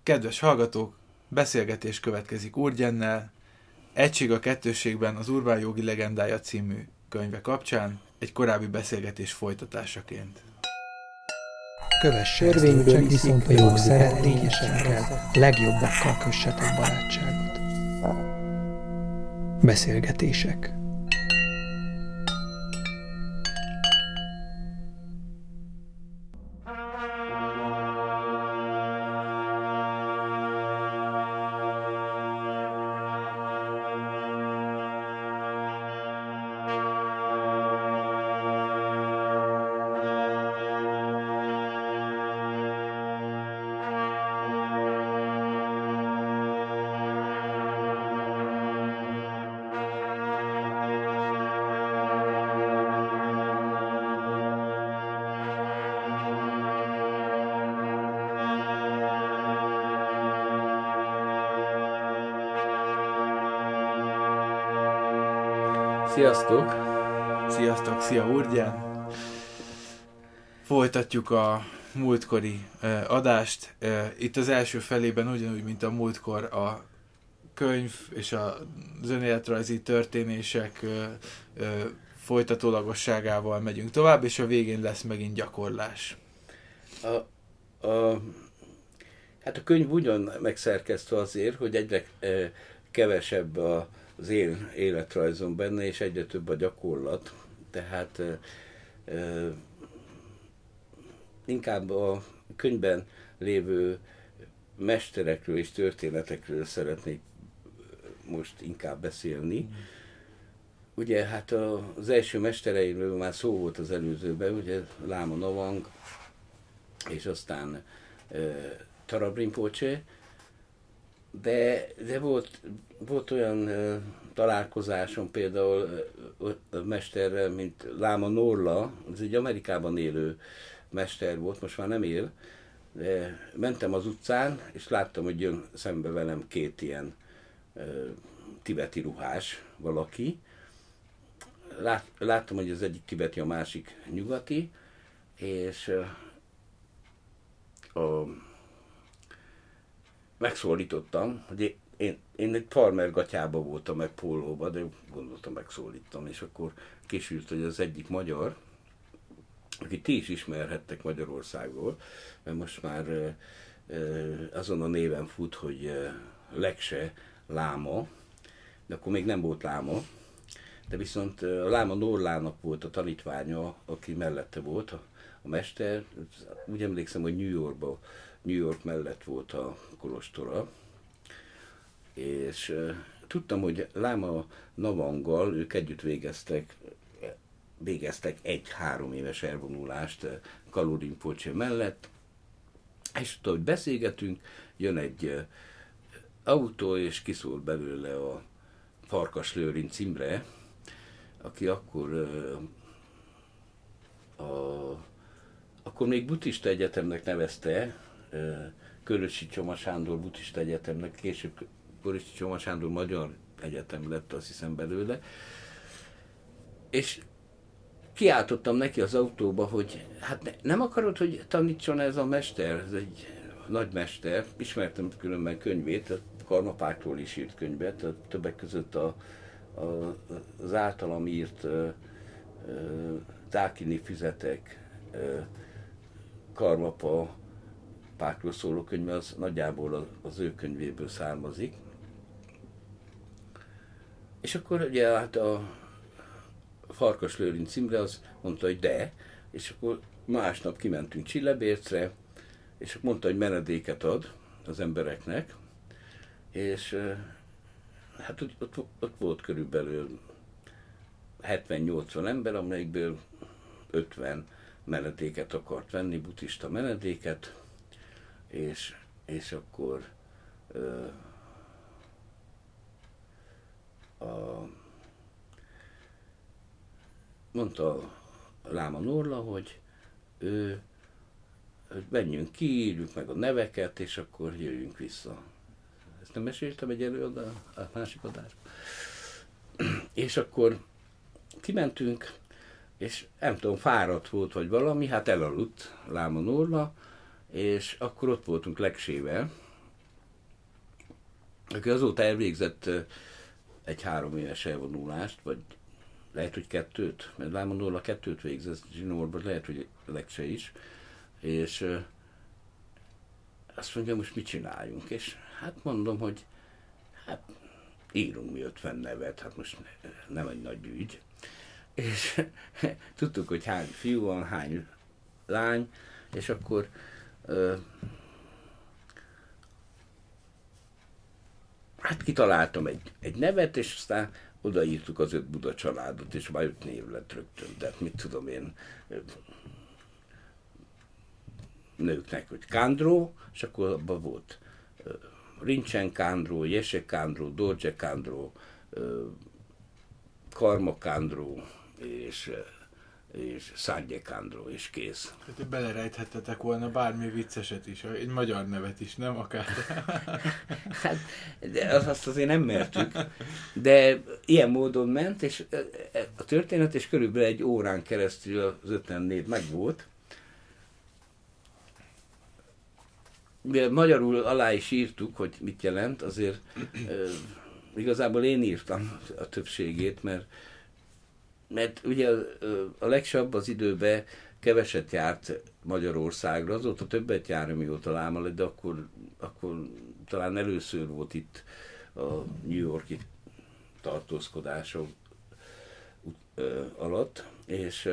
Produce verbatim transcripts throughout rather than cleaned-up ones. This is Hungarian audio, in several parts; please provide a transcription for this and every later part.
Kedves hallgatók, beszélgetés következik Urdjennel, Egység a kettősségben az Urbán Jogi legendája című könyve kapcsán, egy korábbi beszélgetés folytatásaként. Kövesse törvényből viszont a jog szeretényesekkel, legjobbakkal kössetek barátságot. Beszélgetések. Sziasztok! Sziasztok, szia Urdjen! Folytatjuk a múltkori uh, adást. Uh, itt az első felében ugyanúgy, mint a múltkor a könyv és a önéletrajzi történések uh, uh, folytatólagosságával megyünk tovább, és a végén lesz megint gyakorlás. A, a, hát a könyv ugyan megszerkesztve azért, hogy egyre uh, kevesebb a az én életrajzom benne, és egyre több a gyakorlat. Tehát uh, uh, inkább a könyvben lévő mesterekről és történetekről szeretnék most inkább beszélni. Mm. Ugye hát a, az első mestereiről már szó volt az előzőben, ugye Láma Navang, és aztán uh, Tarab Rinpoche, de, de volt, volt olyan uh, találkozásom például uh, uh, mesterrel, mint Láma Norla, ez egy Amerikában élő mester volt, most már nem él, de mentem az utcán, és láttam, hogy jön szembe velem két ilyen uh, tibeti ruhás valaki. Lát, láttam, hogy az egyik tibeti, a másik nyugati, és uh, a megszólítottam, hogy én, én egy farmer gatyába voltam, meg pólóba, de gondoltam, megszólítom, és akkor késült, hogy az egyik magyar, akit ti is ismerhettek Magyarországról, mert most már e, e, azon a néven fut, hogy e, Lekse Láma, de akkor még nem volt láma, de viszont a Láma Norlának volt a tanítványa, aki mellette volt, a, a mester. Úgy emlékszem, hogy New Yorkban, New York mellett volt a kolostora, és uh, tudtam, hogy Láma Navanggal ők együtt végeztek, végeztek egy három éves elvonulást uh, Kalu Rinpoche mellett, és tudtam, hogy beszélgetünk, jön egy uh, autó, és kiszól belőle a Farkas Lőrinc Imre, aki akkor uh, a, akkor még buddhista egyetemnek nevezte, Körösi Csoma Sándor buddhista egyetemnek, később Körösi Csoma Sándor magyar egyetem lett, azt hiszem belőle. És kiáltottam neki az autóba, hogy hát ne, nem akarod, hogy tanítson ez a mester, ez egy nagy mester, ismertem különben könyvét, a Karmapáktól is írt könyvet, a többek között a, a, az általam írt uh, uh, Dákini füzetek, uh, Karmapa Pákról szóló könyve, az nagyjából az ő könyvéből származik. És akkor ugye hát a Farkas Lőrinc Imre az mondta, hogy de, és akkor másnap kimentünk Csillebércre, és mondta, hogy menedéket ad az embereknek, és hát ott, ott volt körülbelül hetven-nyolcvan ember, amelyikből ötven menedéket akart venni, buddhista menedéket, és, és akkor ö, a, mondta Láma Norla, hogy ő, hogy menjünk ki, írjuk meg a neveket, és akkor jöjjünk vissza. Ezt nem meséltem egy előadás, a másik adásban. És akkor kimentünk, és nem tudom, fáradt volt, vagy valami, hát elaludt Láma Norla, és akkor ott voltunk Leksével, aki azóta elvégzett egy három éves elvonulást, vagy lehet, hogy kettőt, mert Lámondóla a kettőt végzett, zsinórban lehet, hogy legse is, és uh, azt mondja, most mit csináljunk, és hát mondom, hogy hát írunk mi ötven nevet, hát most nem egy nagy ügy, és tudtuk, hogy hány fiú van, hány lány, és akkor uh, hát kitaláltam egy, egy nevet, és aztán odaírtuk az öt Buda családot, és már öt név lett rögtön. Tehát mit tudom én, nőknek, hogy Kándró, és akkor abban volt uh, Rincsen Kándró, Jese Kándró, Dorje Kándró, uh, Karma Kándró, és, uh, és Szárgye Kándró, és kész. Hát belerejthettetek volna bármi vicceset is, egy magyar nevet is, nem akár? Hát, de azt azért nem mertük, de ilyen módon ment, és a történet, és körülbelül egy órán keresztül az ötven név megvolt. Mivel magyarul alá is írtuk, hogy mit jelent, azért uh, igazából én írtam a többségét, mert, mert ugye a, a legsabb az időben keveset járt Magyarországra, azóta többet jár, amióta Láma lett, de akkor, akkor talán először volt itt a New York-i tartózkodások alatt, és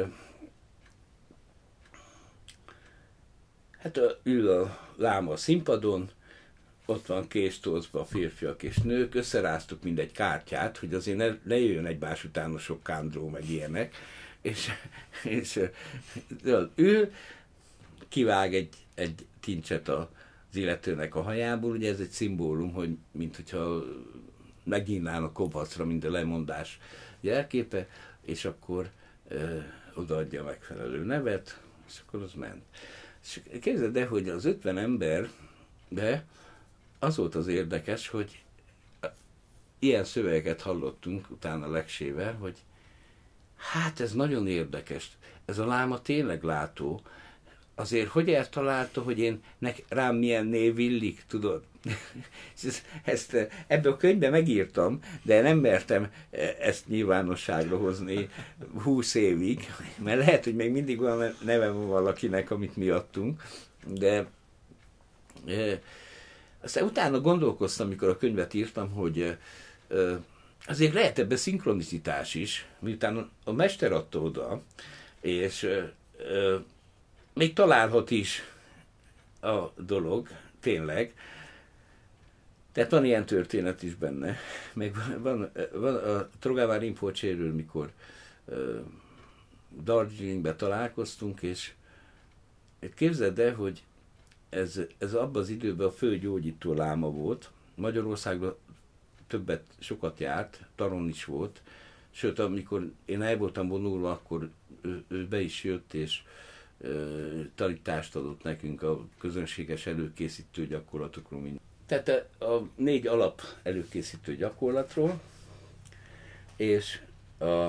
hát ül a Láma a színpadon, ott van késtolcban a férfiak és nők, összeráztuk mindegy kártyát, hogy azért ne, ne jöjjön egymás utána sok Kándró, meg ilyenek, és, és ül, kivág egy, egy tincset az illetőnek a hajából, ugye ez egy szimbólum, hogy mint hogyha megnyílnának kovacra, mint a lemondás jelképe, és akkor ö, odaadja a megfelelő nevet, és akkor az ment. És képzeld el, hogy az ötven emberbe az volt az érdekes, hogy ilyen szövegeket hallottunk utána Leksével, hogy hát ez nagyon érdekes, ez a Láma tényleg látó, azért hogy eltalálta, hogy én nek, rám milyen név illik, tudod? ezt, ezt ebbe a könyvbe megírtam, de nem mertem ezt nyilvánosságra hozni húsz évig, mert lehet, hogy még mindig olyan neve van valakinek, amit mi adtunk, de e, aztán utána gondolkoztam, amikor a könyvet írtam, hogy e, azért lehet ebben szinkronicitás is, miután a mester adta oda, és e, e, még találhat is a dolog, tényleg. Tehát van ilyen történet is benne. Meg van, van a Trogávár Rinpoche-ről, mikor uh, Darjeelingben találkoztunk, és képzeld el, hogy ez, ez abban az időben a fő gyógyító láma volt. Magyarországban többet, sokat járt, Taron is volt. Sőt, amikor én el voltam vonulva, akkor ő, ő be is jött, és tanítást adott nekünk a közönséges előkészítő gyakorlatokról. Tehát a négy alap előkészítő gyakorlatról, és a,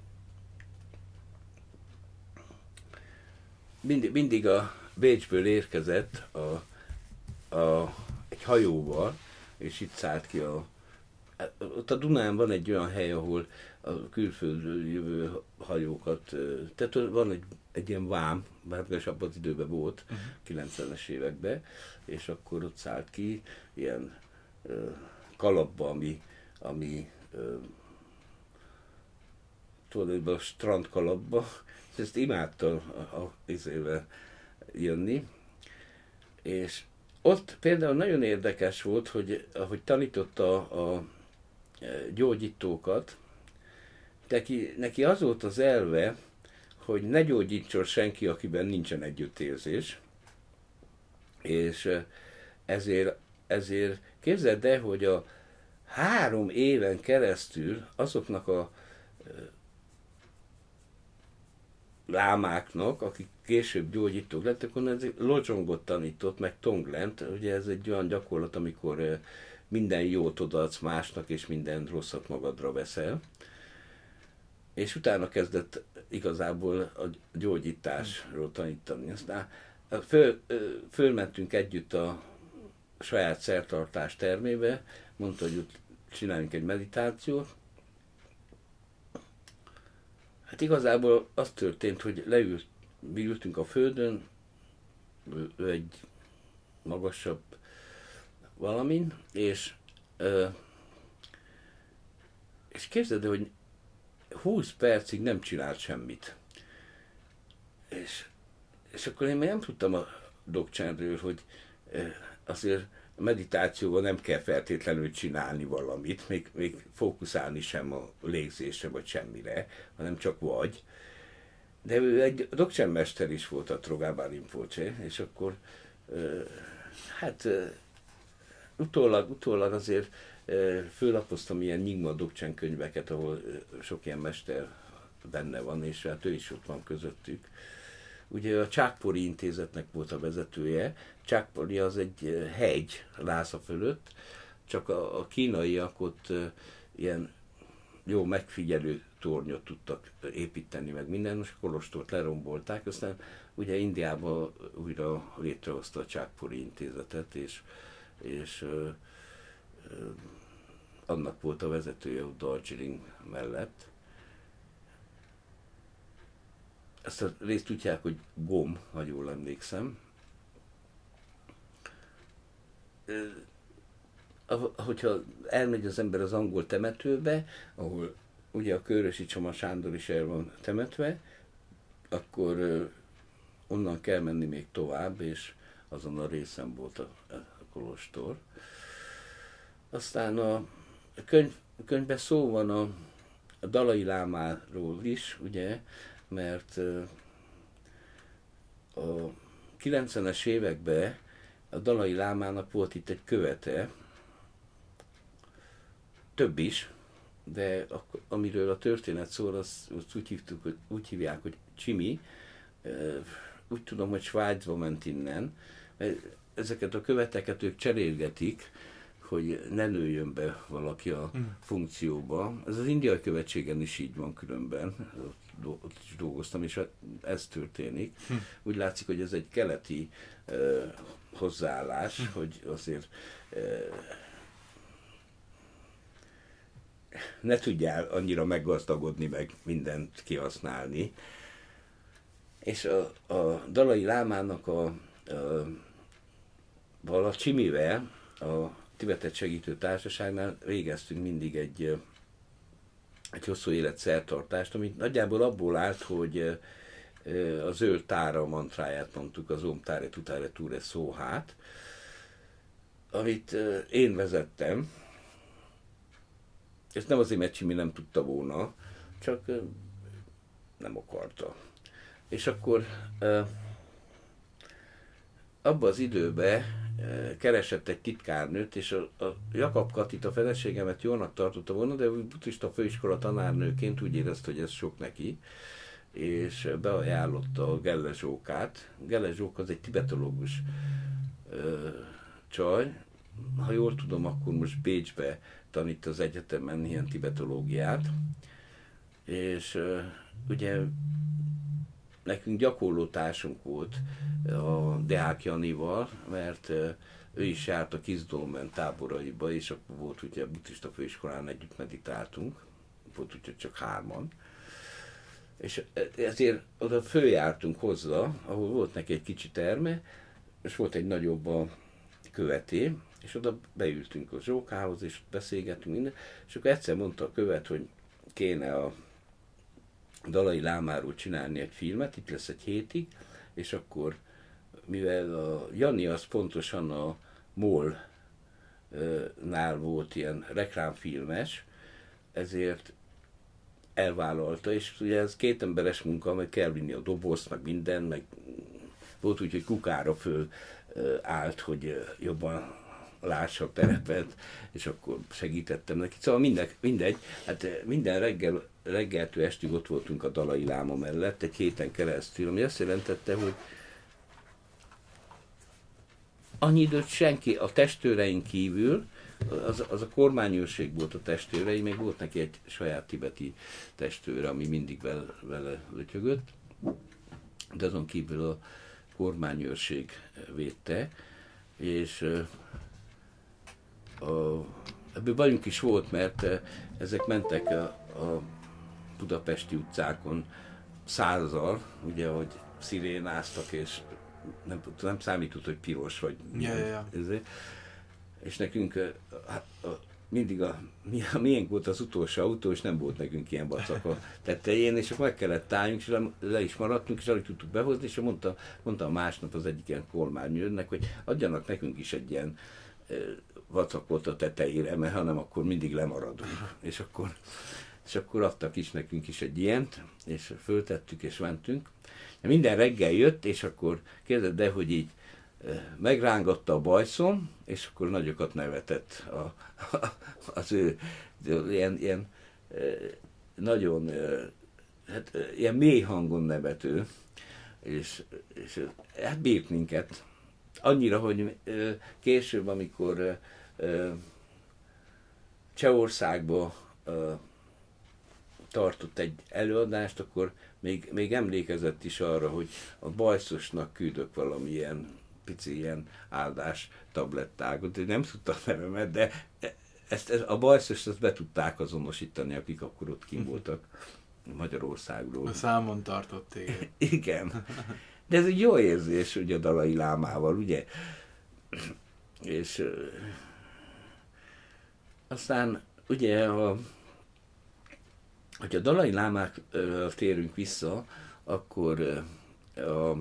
mindig, mindig a Bécsből érkezett a, a, egy hajóval, és itt szállt ki a... Ott a Dunán van egy olyan hely, ahol a külföldről jövő hajókat, tehát van egy, egy ilyen vám, bár abban az időben volt, uh-huh. kilencvenes években, és akkor ott szállt ki ilyen uh, kalapba, ami, ami uh, tulajdonképpen a strandkalapba, ezt imádta a, a, izével jönni, és ott például nagyon érdekes volt, hogy ahogy tanította a, a gyógyítókat, neki, neki az volt az elve, hogy ne gyógyítson senki, akiben nincsen együttérzés, és ezért, ezért képzeld el, hogy a három éven keresztül azoknak a lámáknak, akik később gyógyítók lettek, onnan Lodzsongot tanított, meg Tonglent, ugye ez egy olyan gyakorlat, amikor minden jót odaadsz másnak, és minden rosszat magadra veszel. És utána kezdett igazából a gyógyításról tanítani. Aztán föl, fölmentünk együtt a saját szertartás termébe, mondta, hogy ott csináljunk egy meditációt. Hát igazából az történt, hogy leült, mi ültünk a földön, ő, ő egy magasabb valamin, és, és képzeld, hogy húsz percig nem csinált semmit. És, és akkor én még nem tudtam a Dzogchenről, hogy azért a meditációban nem kell feltétlenül csinálni valamit, még, még fókuszálni sem a légzésre, vagy semmire, hanem csak vagy. De ő egy Dzogchen mester is volt, a Trogában Rinpoche, és akkor hát utólag, utólag azért föllapoztam ilyen Nyingma Dzogchen könyveket, ahol sok ilyen mester benne van, és hát ő is ott van közöttük. Ugye a Csákpori intézetnek volt a vezetője. Csákpori az egy hegy Lhasa fölött, csak a, a kínaiak ott ilyen jó megfigyelő tornyot tudtak építeni, meg minden, most a kolostort lerombolták, aztán ugye Indiában újra létrehozta a Csákpori intézetet, és, és ö, ö, annak volt a vezetője a Darjeeling mellett. Ezt a részt tudják, hogy Gom, ha jól emlékszem. Hogyha elmegy az ember az angol temetőbe, ahol ugye a Körösi Csoma Sándor is el van temetve, akkor onnan kell menni még tovább, és azon a részen volt a, a kolostor. Aztán a könyv, könyvben szó van a, a Dalai Lámáról is, ugye, mert a kilencvenes években a Dalai Lámának volt itt egy követe, több is, de amiről a történet szól, azt, azt úgy, hívtuk, hogy, úgy hívják, hogy Csimi. Úgy tudom, hogy Svájcba ment innen. Ezeket a követeket ők cserélgetik, hogy ne nőjön be valaki a funkcióba. Ez az indiai követségen is így van különben. Ott is dolgoztam, és ez történik. Úgy látszik, hogy ez egy keleti uh, hozzáállás, hm. hogy azért uh, ne tudjál annyira meggazdagodni, meg mindent kihasználni. És a, a Dalai Lámának a, a, a Csimivel, a Tibetet Segítő Társaságnál végeztünk mindig egy egy hosszú élet szertartást, ami nagyjából abból állt, hogy a zöld tára mantráját mondtuk, az Om Táre Tutáre Túre Szóhát, amit én vezettem. Ezt nem azért, mert Csimi nem tudta volna, csak nem akarta. És akkor abban az időben keresett egy titkárnőt, és a, a Jakab Katit, a feleségemet jónak tartotta volna, de buddhista főiskola tanárnőként úgy érezte, hogy ez sok neki, és beajánlotta a Gelle Zsókát. Gelle Zsók az egy tibetológus ö, csaj, ha jól tudom, akkor most Bécsbe tanít az egyetemen ilyen tibetológiát, és ö, ugye nekünk gyakorlótársunk volt a Deák Janival, mert ő is járt a Kisdolmen táboraiba, és akkor volt, ugye a buddhista főiskolán együtt meditáltunk, volt úgyhogy csak hárman. És ezért oda följártunk hozzá, ahol volt neki egy kicsi terme, és volt egy nagyobb a követé, és oda beültünk a Zsókához, és beszélgettünk minden, és akkor egyszer mondta a követ, hogy kéne a Dalai Lámáról csinálni egy filmet, itt lesz egy hétig, és akkor, mivel a Jani az pontosan a MOL-nál volt ilyen reklámfilmes, ezért elvállalta, és ugye ez két emberes munka, meg kell vinni a dobozt, meg minden, meg volt úgy, hogy kukára föl állt, hogy jobban lássa a terepet, és akkor segítettem neki. Szóval minden, mindegy, hát minden reggel, reggeltől estig ott voltunk a Dalai Láma mellett, egy héten keresztül, ami azt jelentette, hogy annyi időt senki, a testőreink kívül, az, az a kormányőrség volt a testőrei, még volt neki egy saját tibeti testőre, ami mindig vele, vele lötyögött, de azon kívül a kormányőrség védte, és a, ebből bajunk is volt, mert ezek mentek a, a budapesti utcákon százal, ugye, hogy szirénáztak, és nem, nem számított, hogy piros vagy. Ja, ja, ja. Ezért. És nekünk a, a, mindig a, a miénk volt az utolsó autó, és nem volt nekünk ilyen vacak a tetején, és akkor meg kellett álljunk, és le, le is maradtunk, és alig tudtuk behozni, és mondta, mondta másnap az egyik ilyen kormánynőrnek, hogy adjanak nekünk is egy ilyen e, vacakot a tetejére, mert hanem akkor mindig lemaradunk. És akkor, és akkor adtak is nekünk is egy ilyent, és föltettük, és mentünk. Minden reggel jött, és akkor kérdezett, de hogy így megrángatta a bajszom, és akkor nagyokat nevetett a, az ő ilyen, ilyen nagyon hát, ilyen mély hangon nevető, és, és hát bírt minket. Annyira, hogy később, amikor Csehországba tartott egy előadást, akkor még, még emlékezett is arra, hogy a bajszosnak küldök valamilyen pici ilyen áldás tablettákat, nem tudta a nevemet, de ezt, ezt, a bajszost ezt be tudták azonosítani, akik akkor ott kim voltak Magyarországról. A számon tartott téged. Igen. De ez egy jó érzés, ugye a Dalai Lámával, ugye? És uh, aztán ugye, a, hogy a Dalai Lámákra térünk vissza, akkor uh, a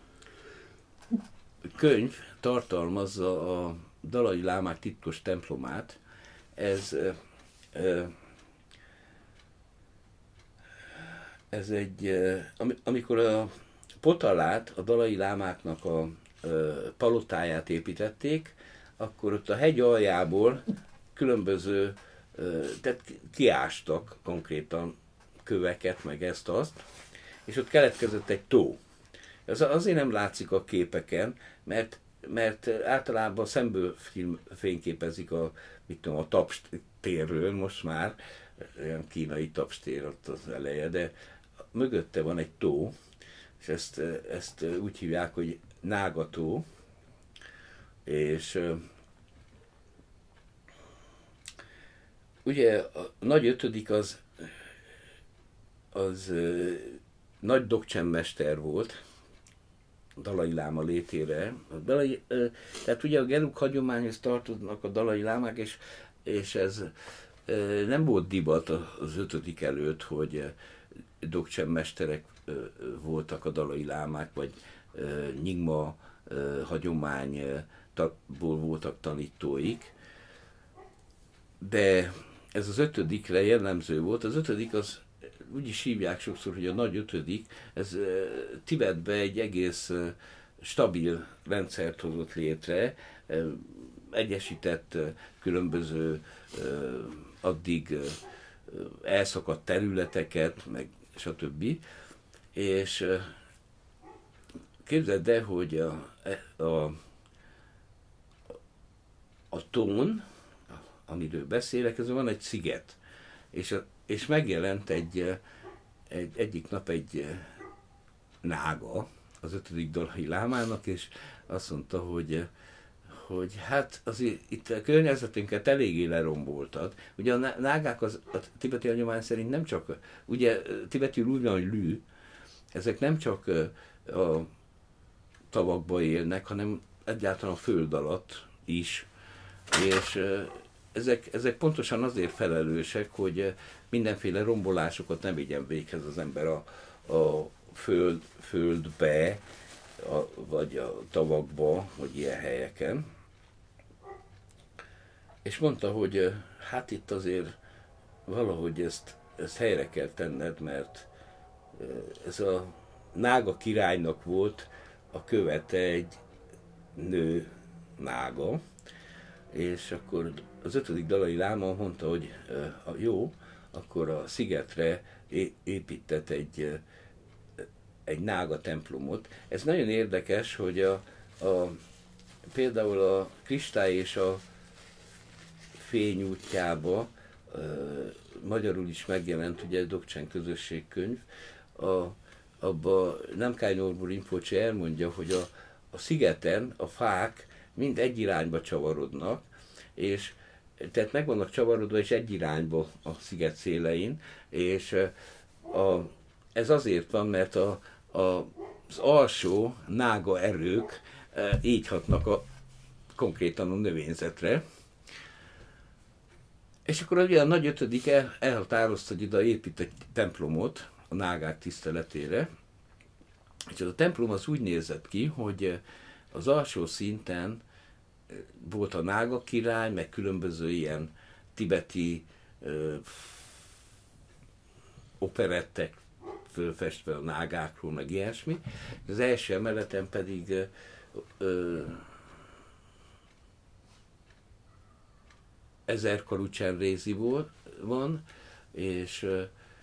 könyv tartalmazza a Dalai Lámák titkos templomát. Ez, ez egy, amikor a Potalát, a Dalai Lámáknak a palotáját építették, akkor ott a hegy aljából különböző, tehát kiástak konkrétan köveket, meg ezt-azt, és ott keletkezett egy tó. Ez azért nem látszik a képeken, mert, mert általában szemből film, fényképezik a, mit tudom, a Taps térről most már, olyan kínai Taps tér ott az eleje, de mögötte van egy tó, és ezt, ezt úgy hívják, hogy Nágató, és ugye a nagy ötödik az, az nagy Dokcsen mester volt, Dalai Láma létére. Dalai, tehát ugye a Gelug hagyományhoz tartoznak a Dalai Lámák, és, és ez nem volt divat az ötödik előtt, hogy Dokcsen mesterek voltak a Dalai Lámák, vagy Nyingma hagyományból voltak tanítóik. De ez az ötödikre jellemző volt. Az ötödik az úgy is hívják sokszor, hogy a nagy ötödik, ez Tibetbe egy egész stabil rendszert hozott létre, egyesített különböző addig elszakadt területeket, meg stb. És képzeld el, hogy a, a, a tón, amiről beszélek, ez van egy sziget, és a és megjelent egy, egy, egyik nap egy nága az ötödik Dalai Lámának, és azt mondta, hogy, hogy hát azért itt a környezetünket eléggé leromboltad. Ugye a nágák az, a tibeti hagyomány szerint nem csak, ugye tibetül úgy van, hogy lű, ezek nem csak a tavakba élnek, hanem egyáltalán a föld alatt is, és ezek, ezek pontosan azért felelősek, hogy mindenféle rombolásokat nem vigyen véghez az ember a, a föld, földbe, a, vagy a tavakba, vagy ilyen helyeken. És mondta, hogy hát itt azért valahogy ezt, ezt helyre kell tenned, mert ez a nága királynak volt a követe egy nő nága, és akkor az ötödik Dalai Láma mondta, hogy jó, akkor a szigetre épített egy, egy nága templomot. Ez nagyon érdekes, hogy a, a, például a Kristály és a Fény útjába, magyarul is megjelent, ugye Dokcsen közösségkönyv, a, abban Namkhai Norbu Rinpoche elmondja, hogy a, a szigeten a fák mind egy irányba csavarodnak, és tehát meg vannak csavarodva és egy irányba a sziget szélein, és a, ez azért van, mert a, a, az alsó nága erők így hatnak a, konkrétan a növényzetre. És akkor ugye a nagy ötödik el, elhatározta, hogy ide épít egy templomot a nágák tiszteletére, és az a templom az úgy nézett ki, hogy az alsó szinten volt a nága király, meg különböző ilyen tibeti ö, operettek fölfestve a nágákról, meg ilyesmi. Az első emeleten pedig ö, ö, ezer karú csenréziból van, és ö,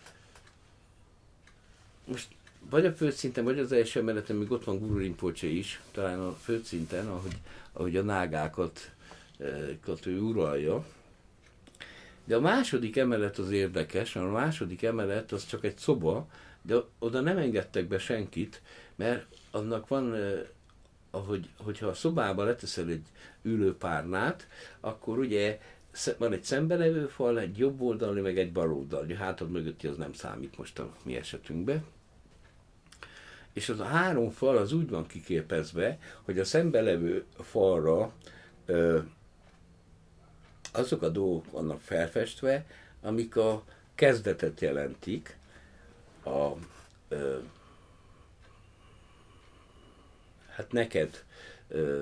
most vagy a földszinten, vagy az első emeleten, még ott van Guru Rinpoche is, talán a földszinten, ahogy, ahogy a nágákat e, ő uralja. De a második emelet az érdekes, mert a második emelet az csak egy szoba, de oda nem engedtek be senkit, mert annak van, eh, ahogy, hogyha a szobába leteszel egy ülőpárnát, akkor ugye van egy szembelevő fal, egy jobb oldali, meg egy bal oldali. Hátad mögötti az nem számít most a mi esetünkben. És az a három fal az úgy van kiképezve, hogy a szembelevő falra ö, azok a dolgok vannak felfestve, amik a kezdetet jelentik, a, ö, hát neked ö,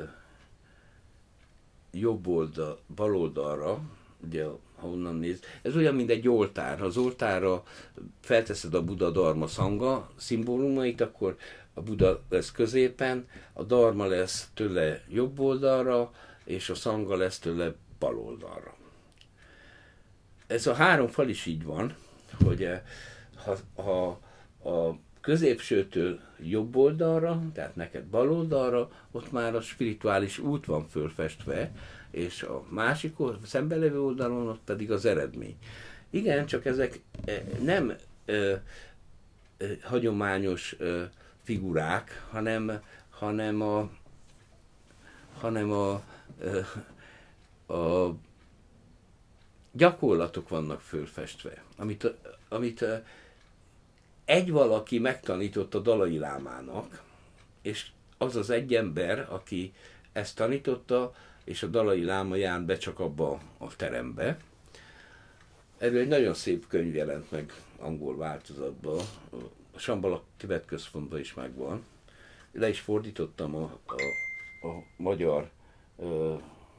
jobb oldal, bal oldalra, ugye, ha onnan néz, ez olyan, mint egy oltár. Ha az oltárra felteszed a Buddha, Dharma, Szanga szimbólumait, akkor a Buddha lesz középen, a Dharma lesz tőle jobb oldalra, és a Szanga lesz tőle bal oldalra. Ez a három fal is így van, hogy ha, ha a középsőtől jobb oldalra, tehát neked bal oldalra, ott már a spirituális út van fölfestve, és a másik szembelevő oldalon ott pedig az eredmény. Igen, csak ezek nem ö, ö, hagyományos ö, figurák, hanem, hanem a, hanem a, ö, a gyakorlatok vannak fölfestve, amit, amit egy valaki megtanított a Dalai Lámának, és az az egy ember, aki ezt tanította, és a Dalai Láma jár be csak abba a terembe. Erről egy nagyon szép könyv jelent meg angol változatban, a Shambhala Tibet Központban is megvan. Le is fordítottam a, a, a magyar ö,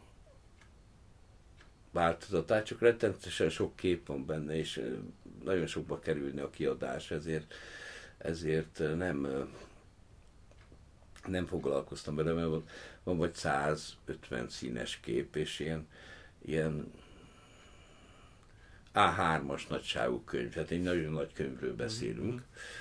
változatát, csak rettenetesen sok kép van benne, és nagyon sokba kerülne a kiadás, ezért, ezért nem, nem foglalkoztam vele, mert van, van vagy száz ötven színes kép, és ilyen, ilyen á hármas nagyságú könyv, tehát egy nagyon nagy könyvről beszélünk.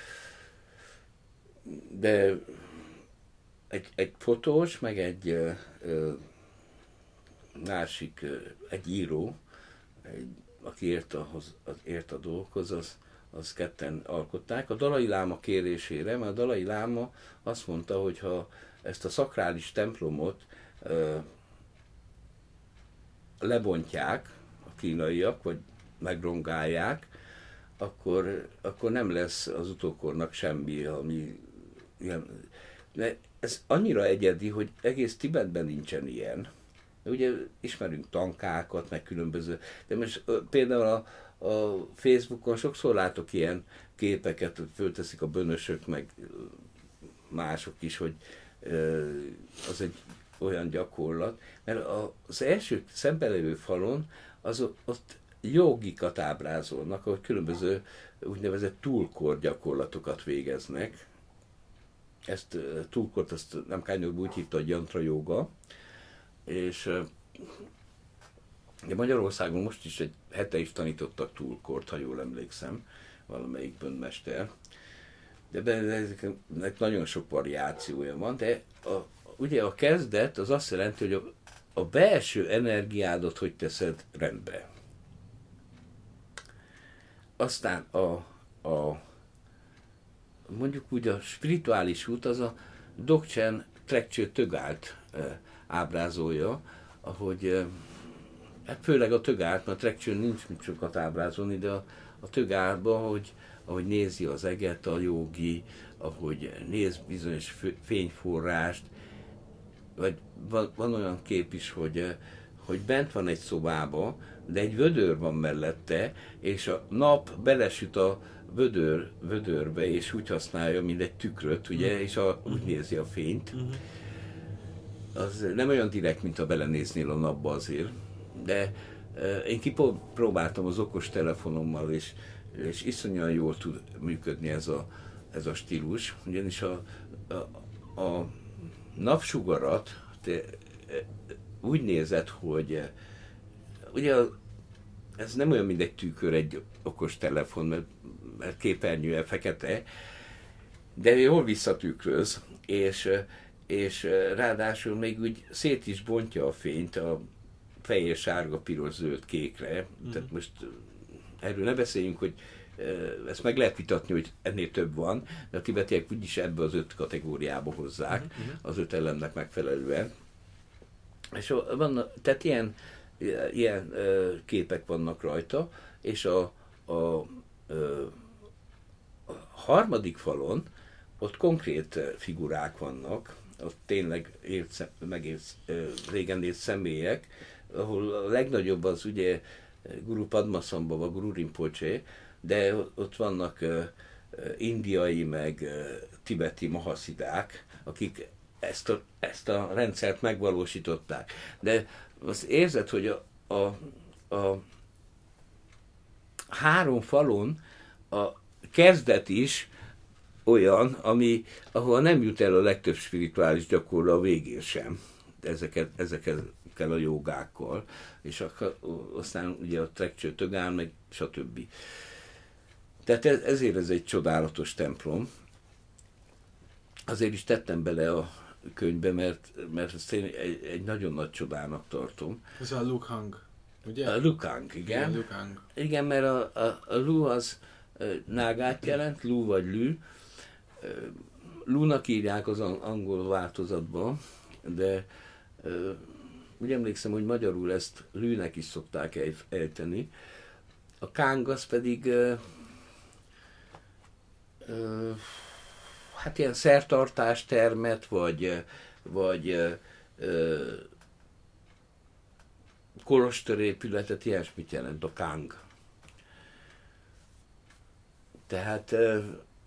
De egy, egy fotós, meg egy ö, ö, másik, ö, egy író, egy, aki ért, ahhoz, az, ért a dolgokhoz, az, az ketten alkották. A Dalai Láma kérésére, mert a Dalai Láma azt mondta, hogy ha ezt a szakrális templomot ö, lebontják a kínaiak, vagy megrongálják, akkor, akkor nem lesz az utókornak semmi, ami ilyen. De ez annyira egyedi, hogy egész Tibetben nincsen ilyen. Ugye ismerünk tankákat, meg különböző, de most például a, a Facebookon sokszor látok ilyen képeket, hogy fölteszik a bönösök, meg mások is, hogy az egy olyan gyakorlat, mert az első szembelevő falon az ott jogikat ábrázolnak, ahogy különböző úgynevezett túlkor gyakorlatokat végeznek. Ezt túlkort, azt nem Kányog úgy hívta, hogy jantra joga, és de Magyarországon most is egy hete is tanítottak túlkort, ha jól emlékszem, valamelyik bönmester. De ezeknek nagyon sok variációja van, de a, ugye a kezdet az azt jelenti, hogy a, a belső energiádat hogy teszed rendbe. Aztán a, a mondjuk úgy a spirituális út az a Dzogchen Trekchö Tögált ábrázolja, ahogy hát főleg a tögárt, mert a trekcsőn nincs mit sokat ábrázolni, de a, a tögárban, ahogy, ahogy nézi az eget a jogi, ahogy néz bizonyos fényforrást, vagy van, van olyan kép is, hogy, hogy bent van egy szobába, de egy vödör van mellette, és a nap belesüt a vödör, vödörbe, és úgy használja, mint egy tükröt, ugye, és a, úgy nézi a fényt. Az nem olyan direkt, mint ha belenéznél a napba azért, de uh, én kipróbáltam az okos telefonommal, és, és iszonyúan jól tud működni ez a, ez a stílus, ugyanis a, a, a napsugarat te, úgy nézed, hogy ugye ez nem olyan, mint egy tükör, egy okos telefon, mert, mert képernyője fekete, de jól visszatükröz, és, és ráadásul még úgy szét is bontja a fényt a fehér, sárga, piros, zöld, kékre. Mm. Tehát most erről ne beszéljünk, hogy ezt meg lehet vitatni, hogy ennél több van, de a tibetiek úgyis ebbe az öt kategóriába hozzák, mm-hmm. az öt elemnek megfelelően. És van, tehát ilyen, ilyen képek vannak rajta, és a, a, a, a harmadik falon ott konkrét figurák vannak, ott tényleg élt, megélt, régen élt személyek, ahol a legnagyobb az ugye Guru Padmasambhava, vagy Guru Rinpoche, de ott vannak uh, indiai, meg uh, tibeti mahaszidák, akik ezt a, ezt a rendszert megvalósították. De az érzed, hogy a, a, a három falon a kezdet is olyan, ami, ahol nem jut el a legtöbb spirituális gyakorló a végén sem. Ezeket, ezekkel a jogákkal, és akkor, aztán ugye a trekcső tögán, meg stb. Tehát ez, ezért ez egy csodálatos templom. Azért is tettem bele a könyvbe, mert, mert ezt én egy, egy nagyon nagy csodának tartom. Ez a Lukhang, ugye? A Lukhang, igen. Igen, Lukhang. Igen, mert a, a, a Lu az nágát jelent, Lu vagy Lü. Lunak írják az angol változatban, de úgy emlékszem, hogy magyarul ezt Lűnek is szokták ejteni. A Káng az pedig uh, uh, hát ilyen szertartás termet, vagy, vagy uh, uh, kolostorépületet, ilyesmit jelent a Káng. Tehát uh,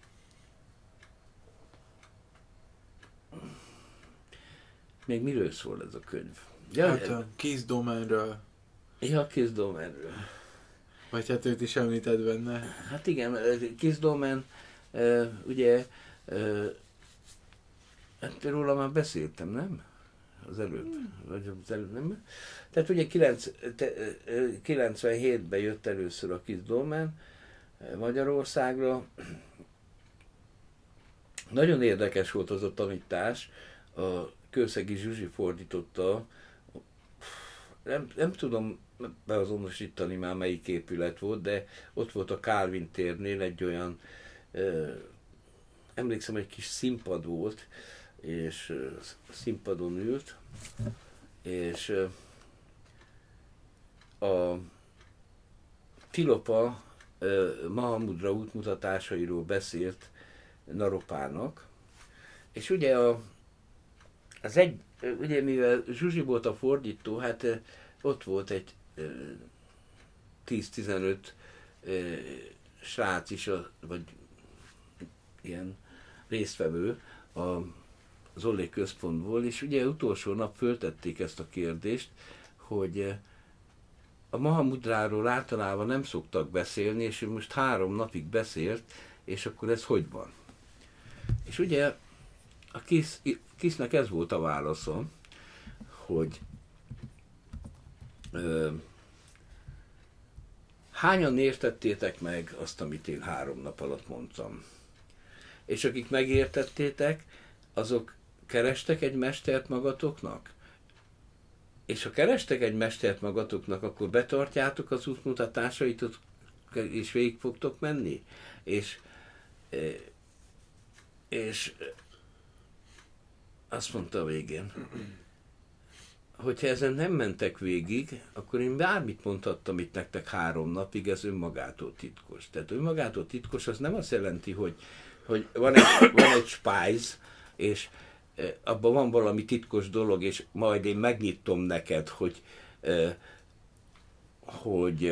még miről szól ez a könyv? Ja, hát a Keys Domainről. Ja, Keys Domainről. Vagy hát őt is említed benne. Hát igen, Keys Domain, ugye, hát róla már beszéltem, nem? Az előbb. Vagy az előbb, nem? Tehát ugye kilencvenhétben jött először a Keys Domain Magyarországra. Nagyon érdekes volt az a tanítás, a Kőszegi Zsuzsi fordította, nem, nem tudom beazonosítani már melyik épület volt, de ott volt a Kálvin térnél egy olyan, ö, emlékszem, egy kis színpad volt, és ö, színpadon ült, és ö, a Tilopa ö, Mahamudra útmutatásairól beszélt Naropának, és ugye a Az egy, ugye mivel Zsuzsi volt a fordító, hát ott volt egy tíz-tizenöt srác is, vagy ilyen résztvevő az Ollé központból, és ugye utolsó nap föltették ezt a kérdést, hogy a Mahamudráról általában nem szoktak beszélni, és ő most három napig beszélt, és akkor ez hogy van? És ugye a Kisz, Kisznek ez volt a válaszom, hogy ö, hányan értettétek meg azt, amit én három nap alatt mondtam. És akik megértettétek, azok kerestek egy mestert magatoknak? És ha kerestek egy mestert magatoknak, akkor betartjátok az útmutatásait, és végig fogtok menni? És, és azt mondta a végén, hogyha ezen nem mentek végig, akkor én bármit mondhattam itt nektek három napig, ez önmagától titkos. Tehát önmagától titkos az nem azt jelenti, hogy, hogy van egy, van egy spice, és abban van valami titkos dolog, és majd én megnyitom neked, hogy, hogy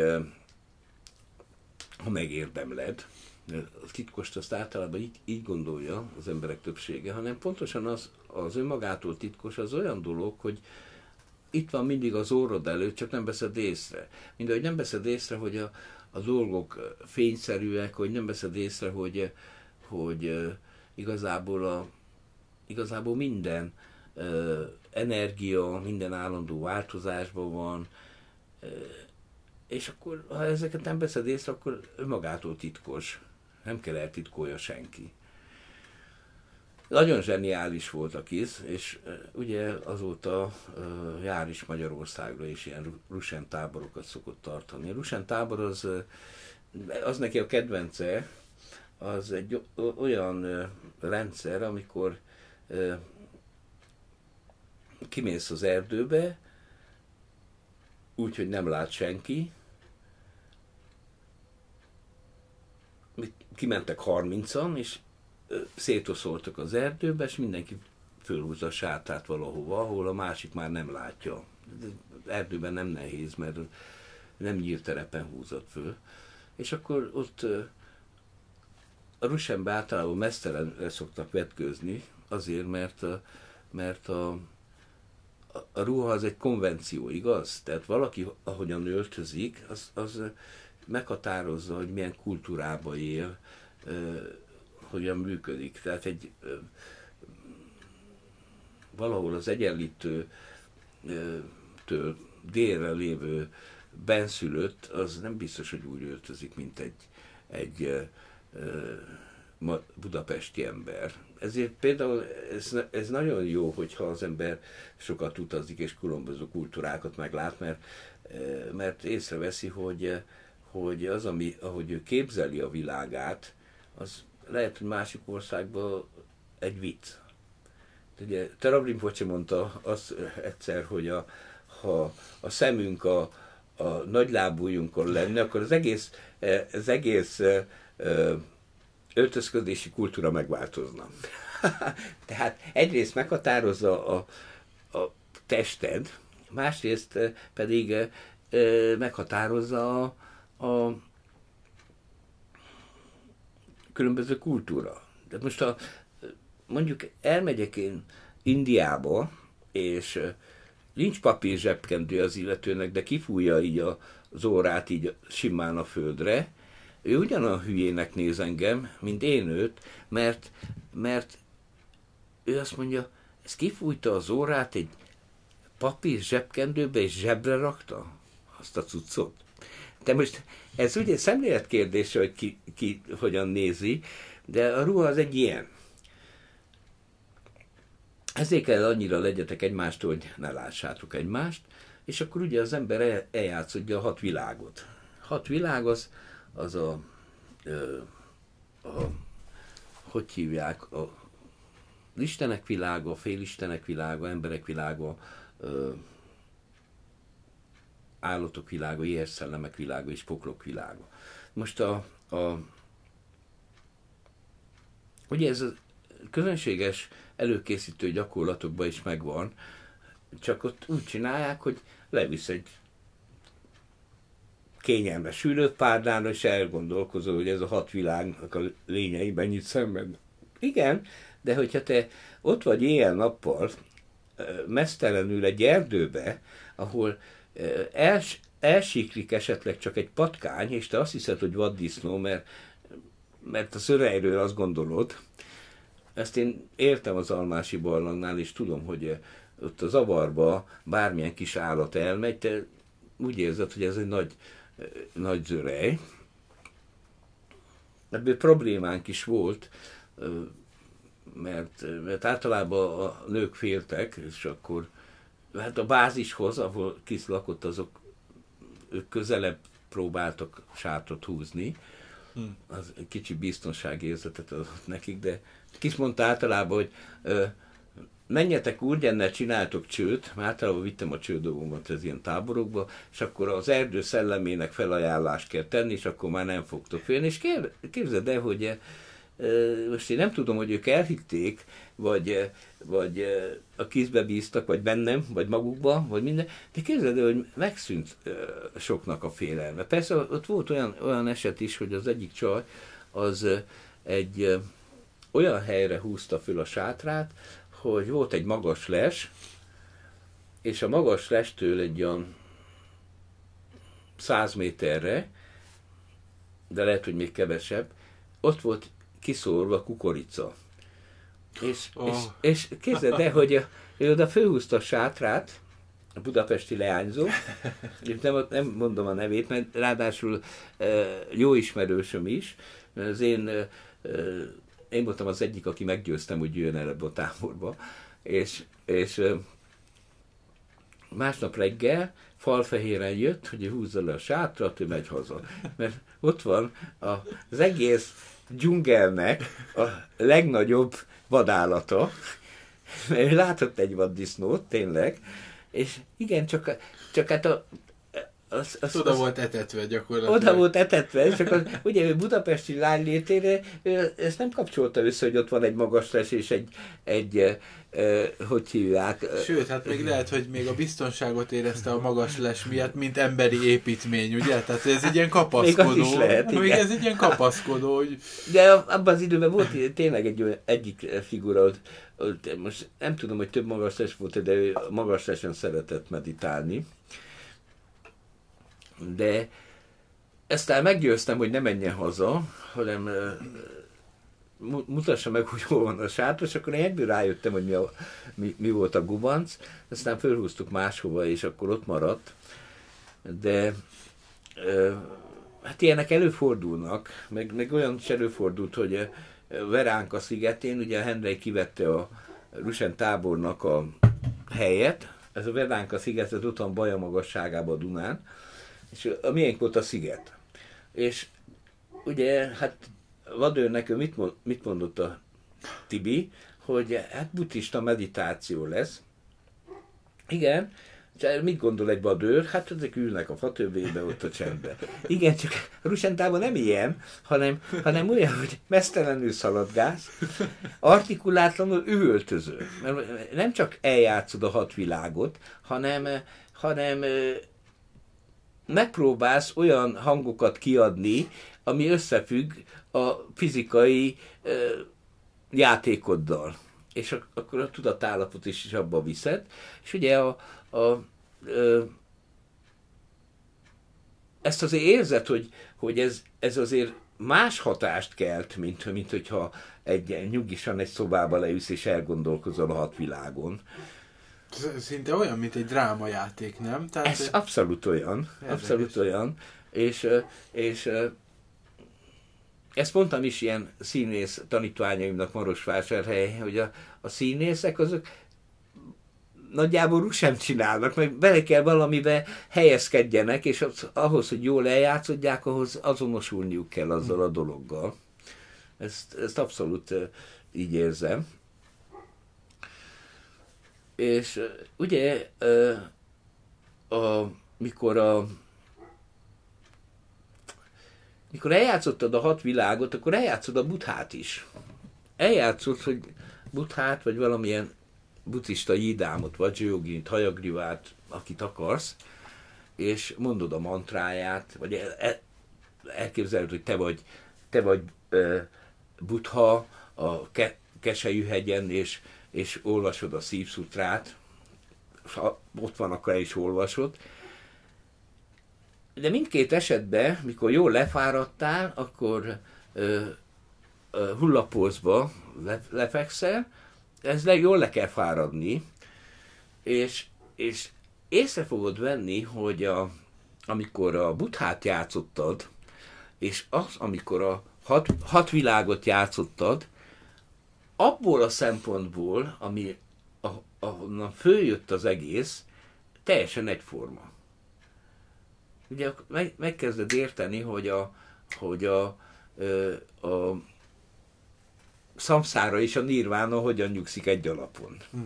ha megérdemled. A titkost azt általában így, így gondolja az emberek többsége, hanem pontosan az, az önmagától titkos az olyan dolog, hogy itt van mindig az orrod előtt, csak nem veszed észre. Mindegy, nem veszed észre, hogy a, a dolgok fényszerűek, hogy nem veszed észre, hogy, hogy igazából, a, igazából minden uh, energia, minden állandó változásban van, uh, és akkor, ha ezeket nem veszed észre, akkor önmagától titkos. Nem kell eltitkolja senki. Nagyon zseniális volt a Kiss, és uh, ugye azóta uh, jár is Magyarországra, és ilyen Rusen táborokat szokott tartani. A Rusen tábor az, uh, az neki a kedvence, az egy olyan uh, rendszer, amikor uh, kimész az erdőbe, úgy, hogy nem lát senki. Kimentek harmincan, és szétoszoltak az erdőbe, és mindenki fölhúzza a sátát valahova, ahol a másik már nem látja. Az erdőben nem nehéz, mert nem nyílt terepen húzott föl. És akkor ott a Rusenbe általában mesztelenre szoktak vetkőzni, azért, mert, a, mert a, a ruha az egy konvenció, igaz? Tehát valaki, ahogyan öltözik, az, az meghatározza, hogy milyen kultúrába él, hogyan működik. Tehát egy valahol az Egyenlítőtől délre lévő benszülött, az nem biztos, hogy úgy öltözik, mint egy, egy budapesti ember. Ezért például ez, ez nagyon jó, hogyha az ember sokat utazik és különböző kultúrákat meglát, mert, mert észreveszi, hogy, hogy az, ami, ahogy ő képzeli a világát, az lehet, hogy másik országban egy vicc. Ugye Terabrin Pocsi mondta azt egyszer, hogy a, ha a szemünk a, a nagylábújunkon lenne, akkor az egész, az egész öltözködési kultúra megváltozna. Tehát egyrészt meghatározza a, a tested, másrészt pedig meghatározza a, a különböző kultúra. Tehát most a, mondjuk elmegyek én Indiába, és nincs papír zsebkendő az illetőnek, de kifújja így az órát így simán a földre, ő ugyanolyan hülyének néz engem, mint én őt, mert, mert ő azt mondja, ez kifújta az órát egy papír zsebkendőbe, és zsebre rakta azt a cuccot. De most ez ugye szemlélet kérdése, hogy ki, ki hogyan nézi, de a ruha az egy ilyen. Ezért kell annyira legyetek egymástól, hogy ne lássátok egymást, és akkor ugye az ember el, eljátszodja a hat világot. Hat világ az, az a, a, a, hogy hívják, a istenek világa, félistenek világa, emberek világa, ö, állatok világa, érszellemek világa és poklok világa. Most a, a ugye ez a közönséges előkészítő gyakorlatokban is megvan, csak ott úgy csinálják, hogy levisz egy kényelmes ülőpárdán, és elgondolkozol, hogy ez a hat világnak a lényeiben nyit szemben. Igen, de hogyha te ott vagy éjjel-nappal mesztelenül egy erdőbe, ahol els, elsiklik esetleg csak egy patkány, és te azt hiszed, hogy vaddisznó, mert, mert a szörejről azt gondolod. Ezt én értem az Almási barlangnál, és tudom, hogy ott a zavarba bármilyen kis állat elmegy, te úgy érzed, hogy ez egy nagy, nagy zörej. Ebből problémánk is volt, mert, mert általában a nők féltek, és akkor hát a bázishoz, ahol Kiss lakott, azok ők közelebb próbáltak sátrat húzni, hmm. az egy kicsi biztonságérzetet adott nekik, de Kiss mondta általában, hogy ö, menjetek úgy, ennél csináltok csőt, mert általában vittem a csődolgomat az ilyen táborokba, és akkor az erdő szellemének felajánlást kell tenni, és akkor már nem fogtok félni. És képzeld el, hogy e, most én nem tudom, hogy ők elhitték, vagy, vagy a kézbe bíztak, vagy bennem, vagy magukba, vagy minden, de képzeld el, hogy megszűnt soknak a félelme. Persze ott volt olyan, olyan eset is, hogy az egyik csaj az egy olyan helyre húzta föl a sátrát, hogy volt egy magas les, és a magas lestől egy olyan száz méterre, de lehet, hogy még kevesebb, ott volt kiszórva kukorica. És, oh. és, és képzeld el, hogy ő oda fölhúzta a sátrát, a budapesti leányzó, és nem, nem mondom a nevét, mert ráadásul jó ismerősöm is, mert az én Én voltam az egyik, aki meggyőztem, hogy jöjjön el ebbe a táborba, és, és másnap reggel falfehéren jött, hogy húzza le a sátrat, ő megy haza. Mert ott van az egész dzsungelnek a legnagyobb vadállata, mert ő látott egy vaddisznót, tényleg, és igen, csak, csak hát a Az, az, oda az, volt etetve gyakorlatilag. Oda volt etetve, csak az, ugye ő budapesti lánylétére ezt nem kapcsolta össze, hogy ott van egy magas les és egy, egy e, e, hogy hívják. Sőt, hát még lehet, hogy még a biztonságot érezte a magas les miatt, mint emberi építmény, ugye? Tehát ez egy ilyen kapaszkodó. Még az is lehet, még ez egy ilyen kapaszkodó, hogy... De abban az időben volt tényleg egy olyan, egyik figura, ott, ott, most nem tudom, hogy több magas les volt, de ő magas lesen szeretett meditálni. De eztán meggyőztem, hogy ne menjen haza, hanem uh, mutassa meg, hogy hol van a sátor, és akkor én egyből rájöttem, hogy mi, a, mi, mi volt a gubanc, aztán fölhúztuk máshova, és akkor ott maradt. De uh, hát ilyenek előfordulnak, meg, meg olyan is előfordult, hogy Veránka szigetén, ugye a Henry kivette a Rusen tábornak a helyet, ez a Veránka sziget, ez ott van Baja magasságában a Dunán, és a miénk volt a sziget. És ugye, hát vadőrnek mit, mond, mit mondott a Tibi, hogy hát buddhista meditáció lesz. Igen, mit gondol egy vadőr? Hát ezek ülnek a fatövébe ott a csendben. Igen, csak Rusentában nem ilyen, hanem, hanem olyan, hogy mesztelenül szaladgálsz, artikulátlanul üvöltöző. Mert nem csak eljátszod a hat világot, hanem, hanem megpróbálsz olyan hangokat kiadni, ami összefügg a fizikai ö, játékoddal. És ak- akkor a tudatállapot is, is abba viszed. És ugye a, a, ö, ezt azért érzed, hogy, hogy ez, ez azért más hatást kelt, mint, mint hogyha egy nyugisan egy szobába leülsz és elgondolkozol a hat világon. Szinte olyan, mint egy drámajáték, nem? Tehát, ez abszolút olyan, abszolút olyan, és, és ezt mondtam is ilyen színész tanítványaimnak Marosvásárhely, hogy a, a színészek azok nagyjából úgy sem csinálnak, meg bele kell valamibe helyezkedjenek, és az, ahhoz, hogy jól eljátszodják, ahhoz azonosulniuk kell azzal a dologgal. Ezt, ezt abszolút így érzem. És ugye, a, mikor, a, mikor eljátszottad a hat világot, akkor eljátszod a Buddhát is. Eljátszod, hogy Buddhát, vagy valamilyen buddhista jidámot, vagy jogint, hajagrivát, akit akarsz, és mondod a mantráját, vagy el, el, elképzeled, hogy te vagy, te vagy uh, Buddha a ke, Keselyű-hegyen, és és olvasod a szívszutrát, ha ott van, akkor el is olvasod. De mindkét esetben, mikor jól lefáradtál, akkor ö, ö, hullapózba le, lefekszel, ez le, jól le kell fáradni, és, és észre fogod venni, hogy a, amikor a Buddhát játszottad, és az, amikor a hat, hat világot játszottad, abból a szempontból, ami ahonnan följött az egész, teljesen egyforma. Ugye meg, megkezded érteni, hogy a, hogy a, a, a szamszára és a nirvána hogyan nyugszik egy alapon. Hm.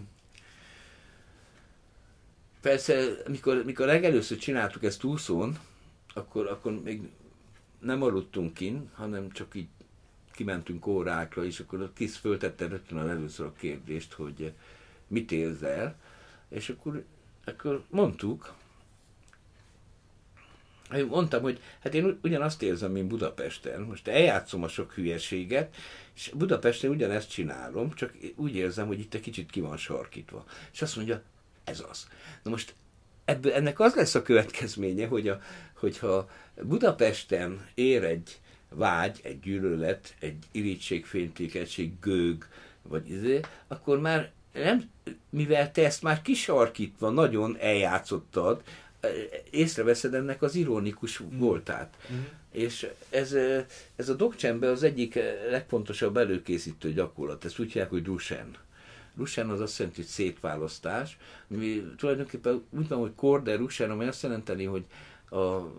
Persze, mikor, mikor legelőször csináltuk ezt úszón, akkor, akkor még nem aludtunk kint, hanem csak így kimentünk órákra, és akkor a kis föltette rögtön először a kérdést, hogy mit érzel, és akkor, akkor mondtuk, mondtam, hogy hát én ugyanazt érzem, mint Budapesten, most eljátszom a sok hülyeséget, és Budapesten ugyanezt csinálom, csak úgy érzem, hogy itt egy kicsit ki van sarkítva. És azt mondja, ez az. Na most ebből, ennek az lesz a következménye, hogy a, hogyha Budapesten ér egy vágy, egy gyűlölet, egy irigység, fénytékenység, gőg, vagy izé, akkor már nem, mivel te ezt már kisarkítva nagyon eljátszottad, észreveszed ennek az ironikus mm. voltát. Mm. És ez, ez a Dzogchenbe az egyik legfontosabb előkészítő gyakorlat. Ezt úgy hívják, hogy Rushen. Rushen az azt jelenti, hogy szétválasztás. Mi tulajdonképpen úgy mondom, hogy kor, de Rushen, ami azt jelenteni, hogy a, a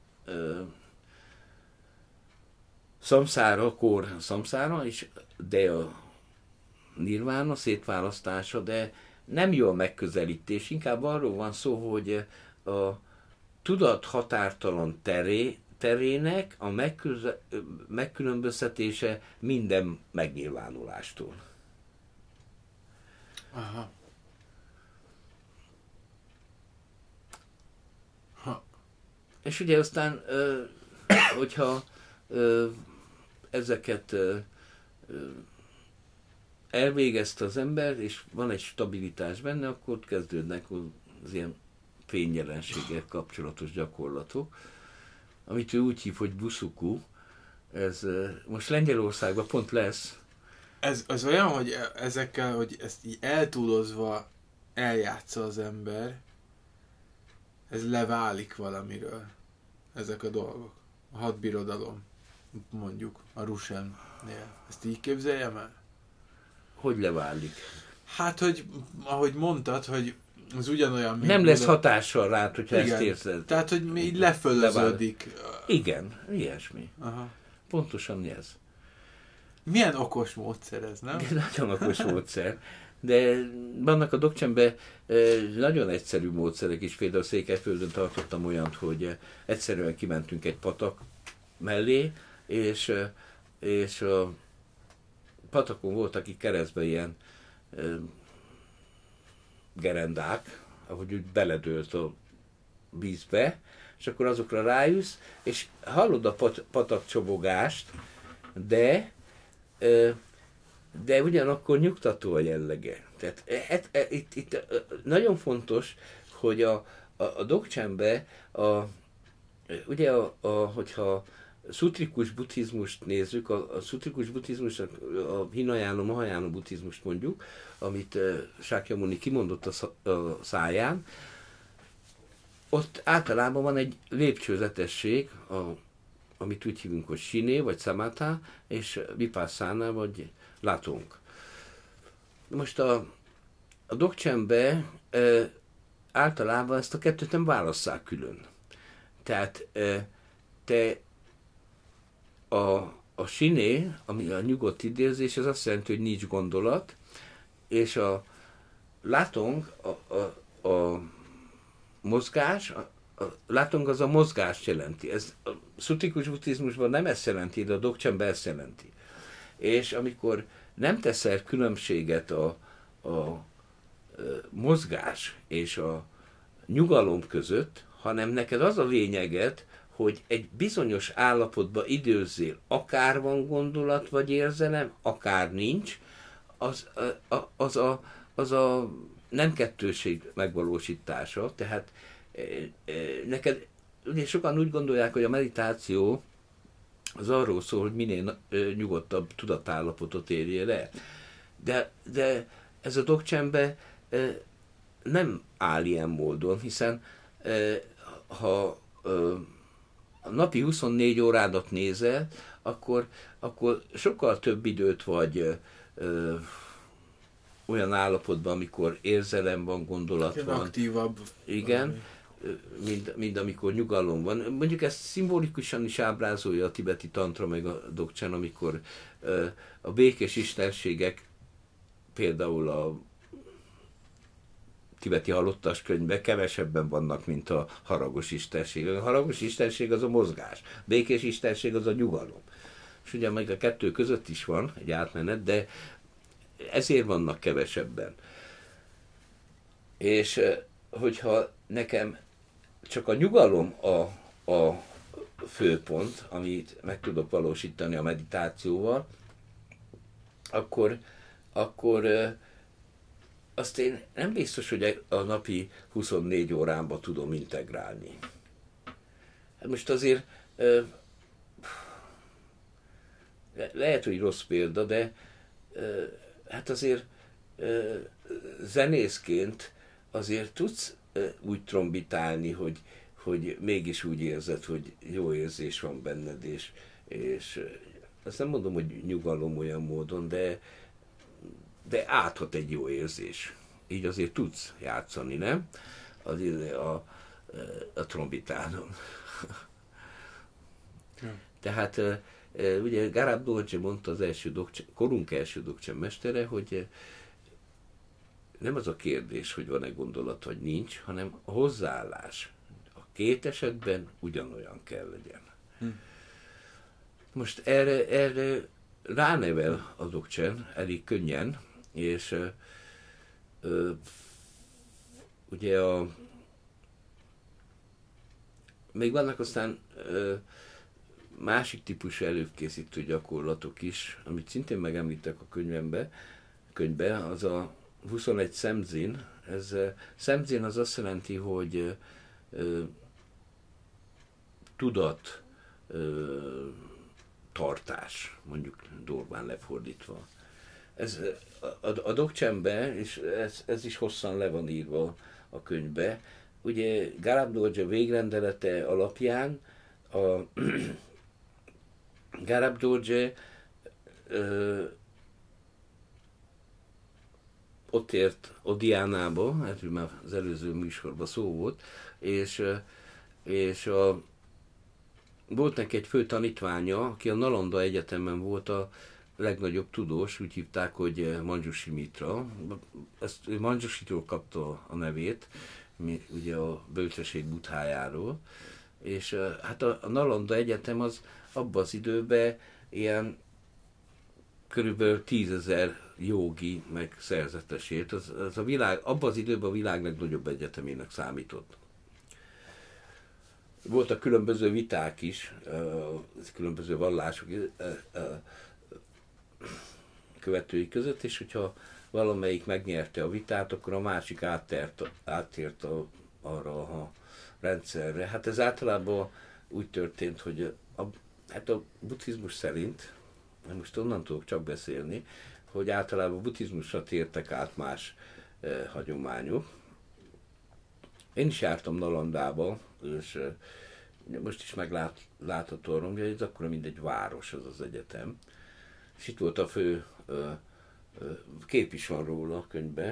szamszára, kor szamszára, és de a nirvána szétválasztása, de nem jó a megközelítés. Inkább arról van szó, hogy a tudat határtalan teré, terének a megköze, megkülönböztetése minden megnyilvánulástól. Aha. Ha. És ugye aztán, hogyha ezeket elvégezte az ember, és van egy stabilitás benne, akkor kezdődnek az ilyen fényjelenséggel kapcsolatos gyakorlatok, amit ő úgy hív, hogy buszuku. Ez most Lengyelországban pont lesz. Ez az olyan, hogy ezekkel, hogy ezt így eltúlozva eljátsza az ember, ez leválik valamiről, ezek a dolgok. A hadbirodalom, mondjuk, a Rushennél. Ezt így képzeljem el? Hogy leválik? Hát, hogy ahogy mondtad, hogy az ugyanolyan, mint... Nem lesz hatással rád, hogyha igen, ezt érzed. Tehát, hogy így lefölöződik. Igen, ilyesmi. Aha. Pontosan ez. Milyen okos módszer ez, nem? Nagyon okos módszer. De vannak a Dzogchenben nagyon egyszerű módszerek is. Például Székelyföldön tartottam olyant, hogy egyszerűen kimentünk egy patak mellé, és, és a patakon voltak itt keresztben ilyen gerendák, ahogy úgy beledőlt a vízbe, és akkor azokra rájössz, és hallod a pat- patakcsobogást, de de ugyanakkor nyugtató a jellege. Tehát et, et, itt, itt nagyon fontos, hogy a, a, a Dzogchenbe, a, ugye, a, a, hogyha szutrikus buddhizmust nézzük, a, a szutrikus buddhizmus, a, a Hinayana, Mahayana buddhizmust mondjuk, amit uh, Shakyamuni kimondott a, a száján, ott általában van egy lépcsőzetesség, a, amit úgy hívunk, hogy siné, vagy samatha, és vipassana, vagy latung. Most a, a Dzogchenbe e, általában ezt a kettőt nem válasszák külön. Tehát e, te a, a siné, ami a nyugodt idézés, ez azt jelenti, hogy nincs gondolat, és a latung, a, a, a mozgás, a, a latung az a mozgást jelenti. Ez a szutrikus buddhizmusban nem ezt jelenti, de a Dzogchenben ezt jelenti. És amikor nem teszel különbséget a, a, a mozgás és a nyugalom között, hanem neked az a lényeged, hogy egy bizonyos állapotba időzzél, akár van gondolat vagy érzelem, akár nincs, az a, az a, az a nem kettőség megvalósítása. Tehát neked, ugye sokan úgy gondolják, hogy a meditáció az arról szól, hogy minél nyugodtabb tudatállapotot érjél el. De, de ez a Dzogchenbe nem áll ilyen módon, hiszen ha a napi huszonnégy órádat nézel, akkor, akkor sokkal több időt vagy ö, olyan állapotban, amikor érzelem van, gondolat igen, van. Aktívabb. Igen. Valami. mint, mint amikor nyugalom van. Mondjuk ezt szimbolikusan is ábrázolja a tibeti tantra meg a dokcsán, amikor a békés istenségek, például a tibeti halottas könyvben kevesebben vannak, mint a haragos istenség. A haragos istenség az a mozgás, a békés istenség az a nyugalom. És ugye meg a kettő között is van egy átmenet, de ezért vannak kevesebben. És hogyha nekem csak a nyugalom a, a főpont, amit meg tudok valósítani a meditációval, akkor, akkor azt én nem biztos, hogy a napi huszonnégy órámba tudom integrálni. Hát most azért lehet, hogy rossz példa, de hát azért zenészként azért tudsz úgy trombitálni, hogy, hogy mégis úgy érzed, hogy jó érzés van benned, és, és azt nem mondom, hogy nyugalom olyan módon, de, de áthat egy jó érzés. Így azért tudsz játszani, nem? Az, a, a, a trombitádon. Ja. Tehát ugye Garab Dorje mondta, az első dokcsán, korunk első dokcsán mestere, hogy nem az a kérdés, hogy van-e gondolat, vagy nincs, hanem a hozzáállás. A két esetben ugyanolyan kell legyen. Hm. Most erre, erre ránevel a dokcsán elég könnyen, és ö, ö, ugye a még vannak aztán ö, másik típusú előkészítő gyakorlatok is, amit szintén megemlítek a könyvembe, könyvbe, az a huszonegy szemzin. Ez szemzin az azt jelenti, hogy ö, tudat ö, tartás, mondjuk durván lefordítva. Ez a, a, a dokcsenbe, és ez, ez is hosszan le van írva a könyvbe, ugye Garab Dorje végrendelete alapján a Garab Dorje ö, ott ért Odiánába, erről már az előző műsorban szó volt, és, és a, volt neki egy fő tanítványa, aki a Nalanda Egyetemen volt a legnagyobb tudós, úgy hívták, hogy Manjushri Mitra. Ezt Manjushritól kapta a nevét, ugye a bölcsesség Buddhájáról. És hát a, a Nalanda Egyetem az abban az időben ilyen körülbelül tízezer jógi meg szerzetesért. Az, az a világ, abban az időben a világ legnagyobb egyetemének számított. Voltak különböző viták is, különböző vallások követői között, és hogyha valamelyik megnyerte a vitát, akkor a másik áttért, áttért a, arra a rendszerre. Hát ez általában úgy történt, hogy a, hát a buddhizmus szerint, most onnan tudok csak beszélni, hogy általában a buddhizmusra tértek át más eh, hagyományok. Én is jártam Nalandába, és eh, most is meglátható arra, hogy ez akkor mint egy város az az egyetem. És itt volt a fő, eh, kép is van róla a könyvben,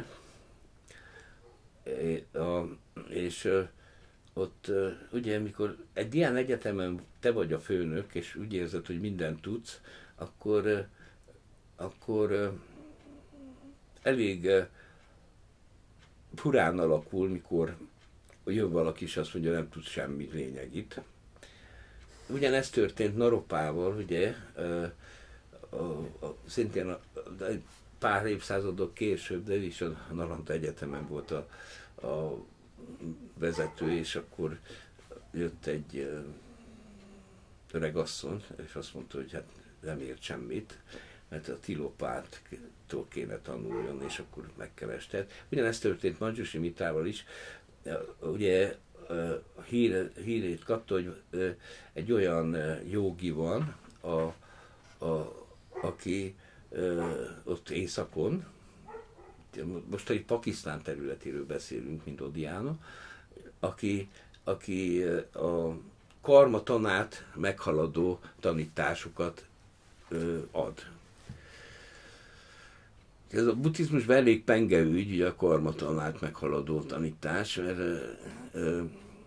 e, a, és eh, ott eh, ugye, amikor egy ilyen egyetemen te vagy a főnök, és úgy érzed, hogy mindent tudsz, akkor eh, akkor uh, elég uh, furán alakul, mikor jön valaki és azt mondja, nem tud semmit lényegit. Ugyanezt történt Naropával, ugye, uh, a, a, szintén a, a, pár évszázadok később, de is a Nalanda Egyetemen volt a, a vezető, és akkor jött egy uh, öreg asszony, és azt mondta, hogy hát nem ért semmit, mert a Tilopáttól kéne tanuljon, és akkor megkereste. Ugyanezt történt Manjushri Mitrával is. Ugye hír, hírét kapta, hogy egy olyan jógi van, a, a, aki ott északon, most egy Pakisztán területéről beszélünk, mint Odiána, aki, aki a karma tanát meghaladó tanításokat ad. Ez a buddhizmusban elég penge ügy, ugye a karmatanát meghaladó tanítás, mert ö, ö,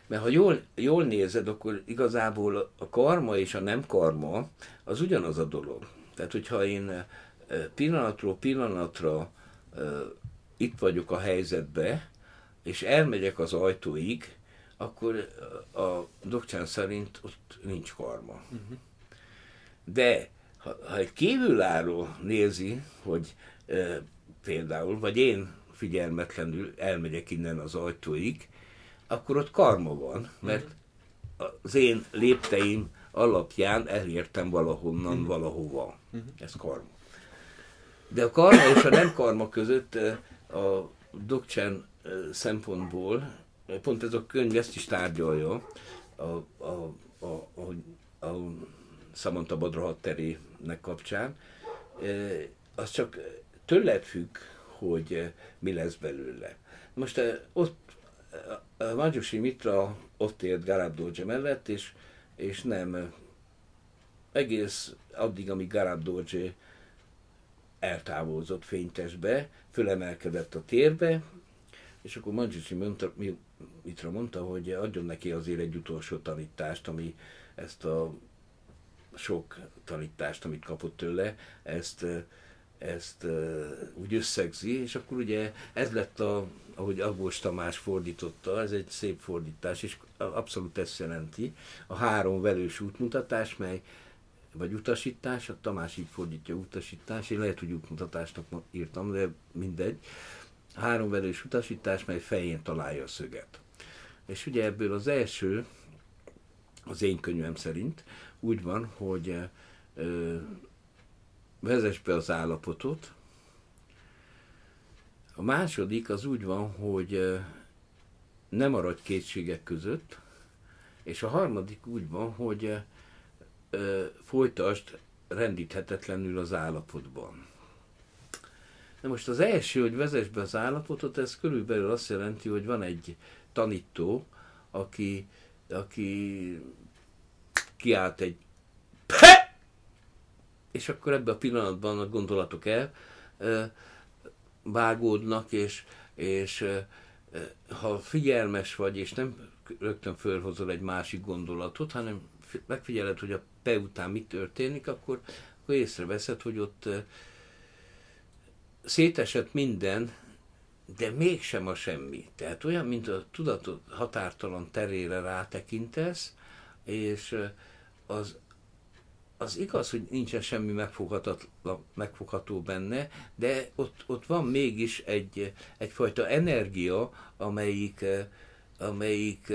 Mert ha jól, jól nézed, akkor igazából a karma és a nem karma az ugyanaz a dolog. Tehát, hogyha én pillanatról pillanatra itt vagyok a helyzetbe, és elmegyek az ajtóig, akkor a Dokcsán szerint ott nincs karma. Uh-huh. De ha, ha egy kívülálló nézi, hogy e, például, vagy én figyelmetlenül elmegyek innen az ajtóig, akkor ott karma van, mert az én lépteim alapján elértem valahonnan, uh-huh. valahova. Uh-huh. Ez karma. De a karma és a nem karma között a Dokcsán szempontból, pont ez a könyv ezt is tárgyalja, a, a, a, a, a Samanta Badratterének kapcsán, az csak tőled függ, hogy mi lesz belőle. Most ott Manjushri Mitra ott élt Garab Dorje mellett, és, és nem egész addig, amíg Garab Dorje eltávolzott fénytestbe, fölemelkedett a térbe, és akkor Manjushri Mitra mondta, hogy adjon neki azért egy utolsó tanítást, ami ezt a sok tanítást, amit kapott tőle, ezt, ezt úgy összegzi, és akkor ugye ez lett, a, ahogy Agbós Tamás fordította, ez egy szép fordítás, és abszolút ezt jelenti, a három velős útmutatás, mely vagy utasítás, a Tamás így fordítja utasítás, én lehet, hogy útmutatásnak írtam, de mindegy. Három velős utasítás, mely fején találja a szöget. És ugye ebből az első, az én könyvem szerint úgy van, hogy ö, vezess be az állapotot. A második az úgy van, hogy ö, ne maradj kétségek között, és a harmadik úgy van, hogy ö, folytasd rendíthetetlenül az állapotban. De most az első, hogy vezess be az állapotot, ez körülbelül azt jelenti, hogy van egy tanító, aki, aki kiállt egy Pe! És akkor ebben a pillanatban a gondolatok el vágódnak, és, és ha figyelmes vagy, és nem rögtön fölhozol egy másik gondolatot, hanem megfigyeled, hogy a Pe után mi történik, akkor, akkor észreveszed, hogy ott szétesett minden, de mégsem a semmi. Tehát olyan, mint a tudatot határtalan terére rátekintesz, és az, az igaz, hogy nincsen semmi megfogható benne, de ott, ott van mégis egy, egyfajta energia, amelyik, amelyik,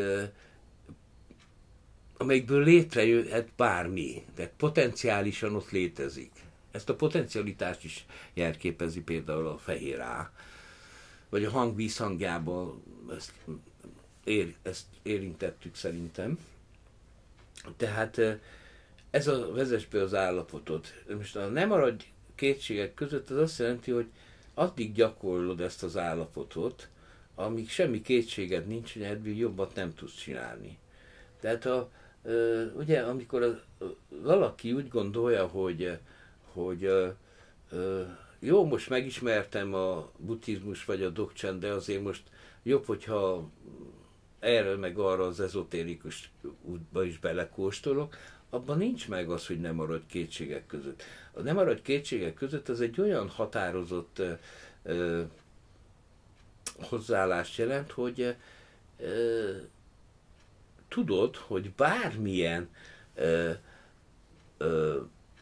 amelyikből létrejöhet bármi. Tehát potenciálisan ott létezik. Ezt a potencialitást is jelképezi például a fehér á, vagy a hang vízhangjában, ezt, ér, ezt érintettük szerintem. Tehát ez a vezess be az állapotot. Most a nem maradj kétségek között, az azt jelenti, hogy addig gyakorlod ezt az állapotot, amíg semmi kétséged nincs, hogy ebből jobbat nem tudsz csinálni. Tehát a, ugye, amikor a, valaki úgy gondolja, hogy hogy ö, ö, jó, most megismertem a buddhizmus vagy a Dokcsán, de azért most jobb, hogyha erre meg arra az ezotérikus útba is belekóstolok, abban nincs meg az, hogy nem maradj kétségek között. A nem maradj kétségek között az egy olyan határozott ö, ö, hozzáállást jelent, hogy ö, tudod, hogy bármilyen ö, ö,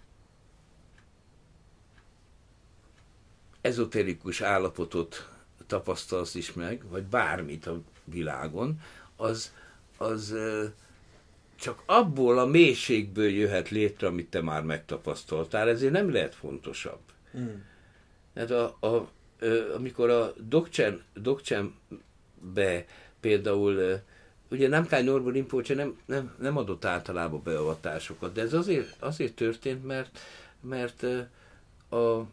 ezotérikus állapotot tapasztalsz is meg, vagy bármit a világon, az, az csak abból a mélységből jöhet létre, amit te már megtapasztaltál, ezért nem lehet fontosabb. Mm. Hát a, a, amikor a Dokcsánbe például, ugye Namkhai Norbu Rinpoche nem, nem, nem adott általában beavatásokat, de ez azért, azért történt, mert, mert a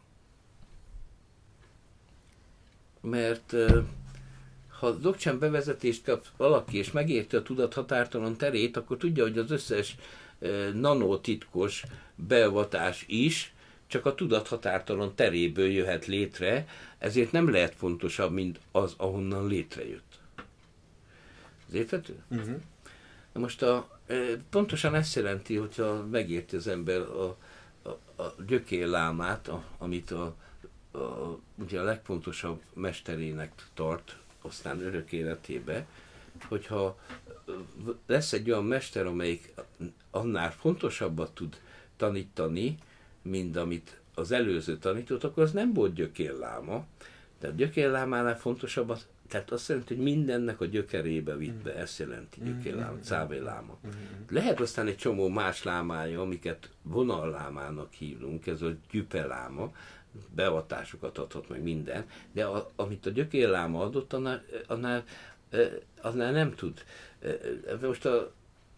mert ha Dokcsán bevezetést kap valaki, és megérti a tudat határtalan terét, akkor tudja, hogy az összes nanotitkos beavatás is csak a tudat határtalan teréből jöhet létre, ezért nem lehet fontosabb, mint az, ahonnan létrejött. Az érthető? Uh-huh. Na most a, pontosan ezt jelenti, hogyha megérti az ember a, a, a gyökérlámát, a, amit a, a, ugye a legfontosabb mesterének tart, aztán örök életébe, hogyha lesz egy olyan mester, amelyik annál fontosabbat tud tanítani, mint amit az előző tanított, akkor az nem volt gyökérláma. Tehát gyökérlámánál fontosabb, tehát azt jelenti, hogy mindennek a gyökerébe vitt be, ezt jelenti gyökérláma, cávéláma. Lehet aztán egy csomó más lámája, amiket vonallámának hívunk, ez a gyüpeláma, beavatásokat adhat meg minden, de a, amit a gyökérláma adott, annál, annál, annál nem tud. Most a,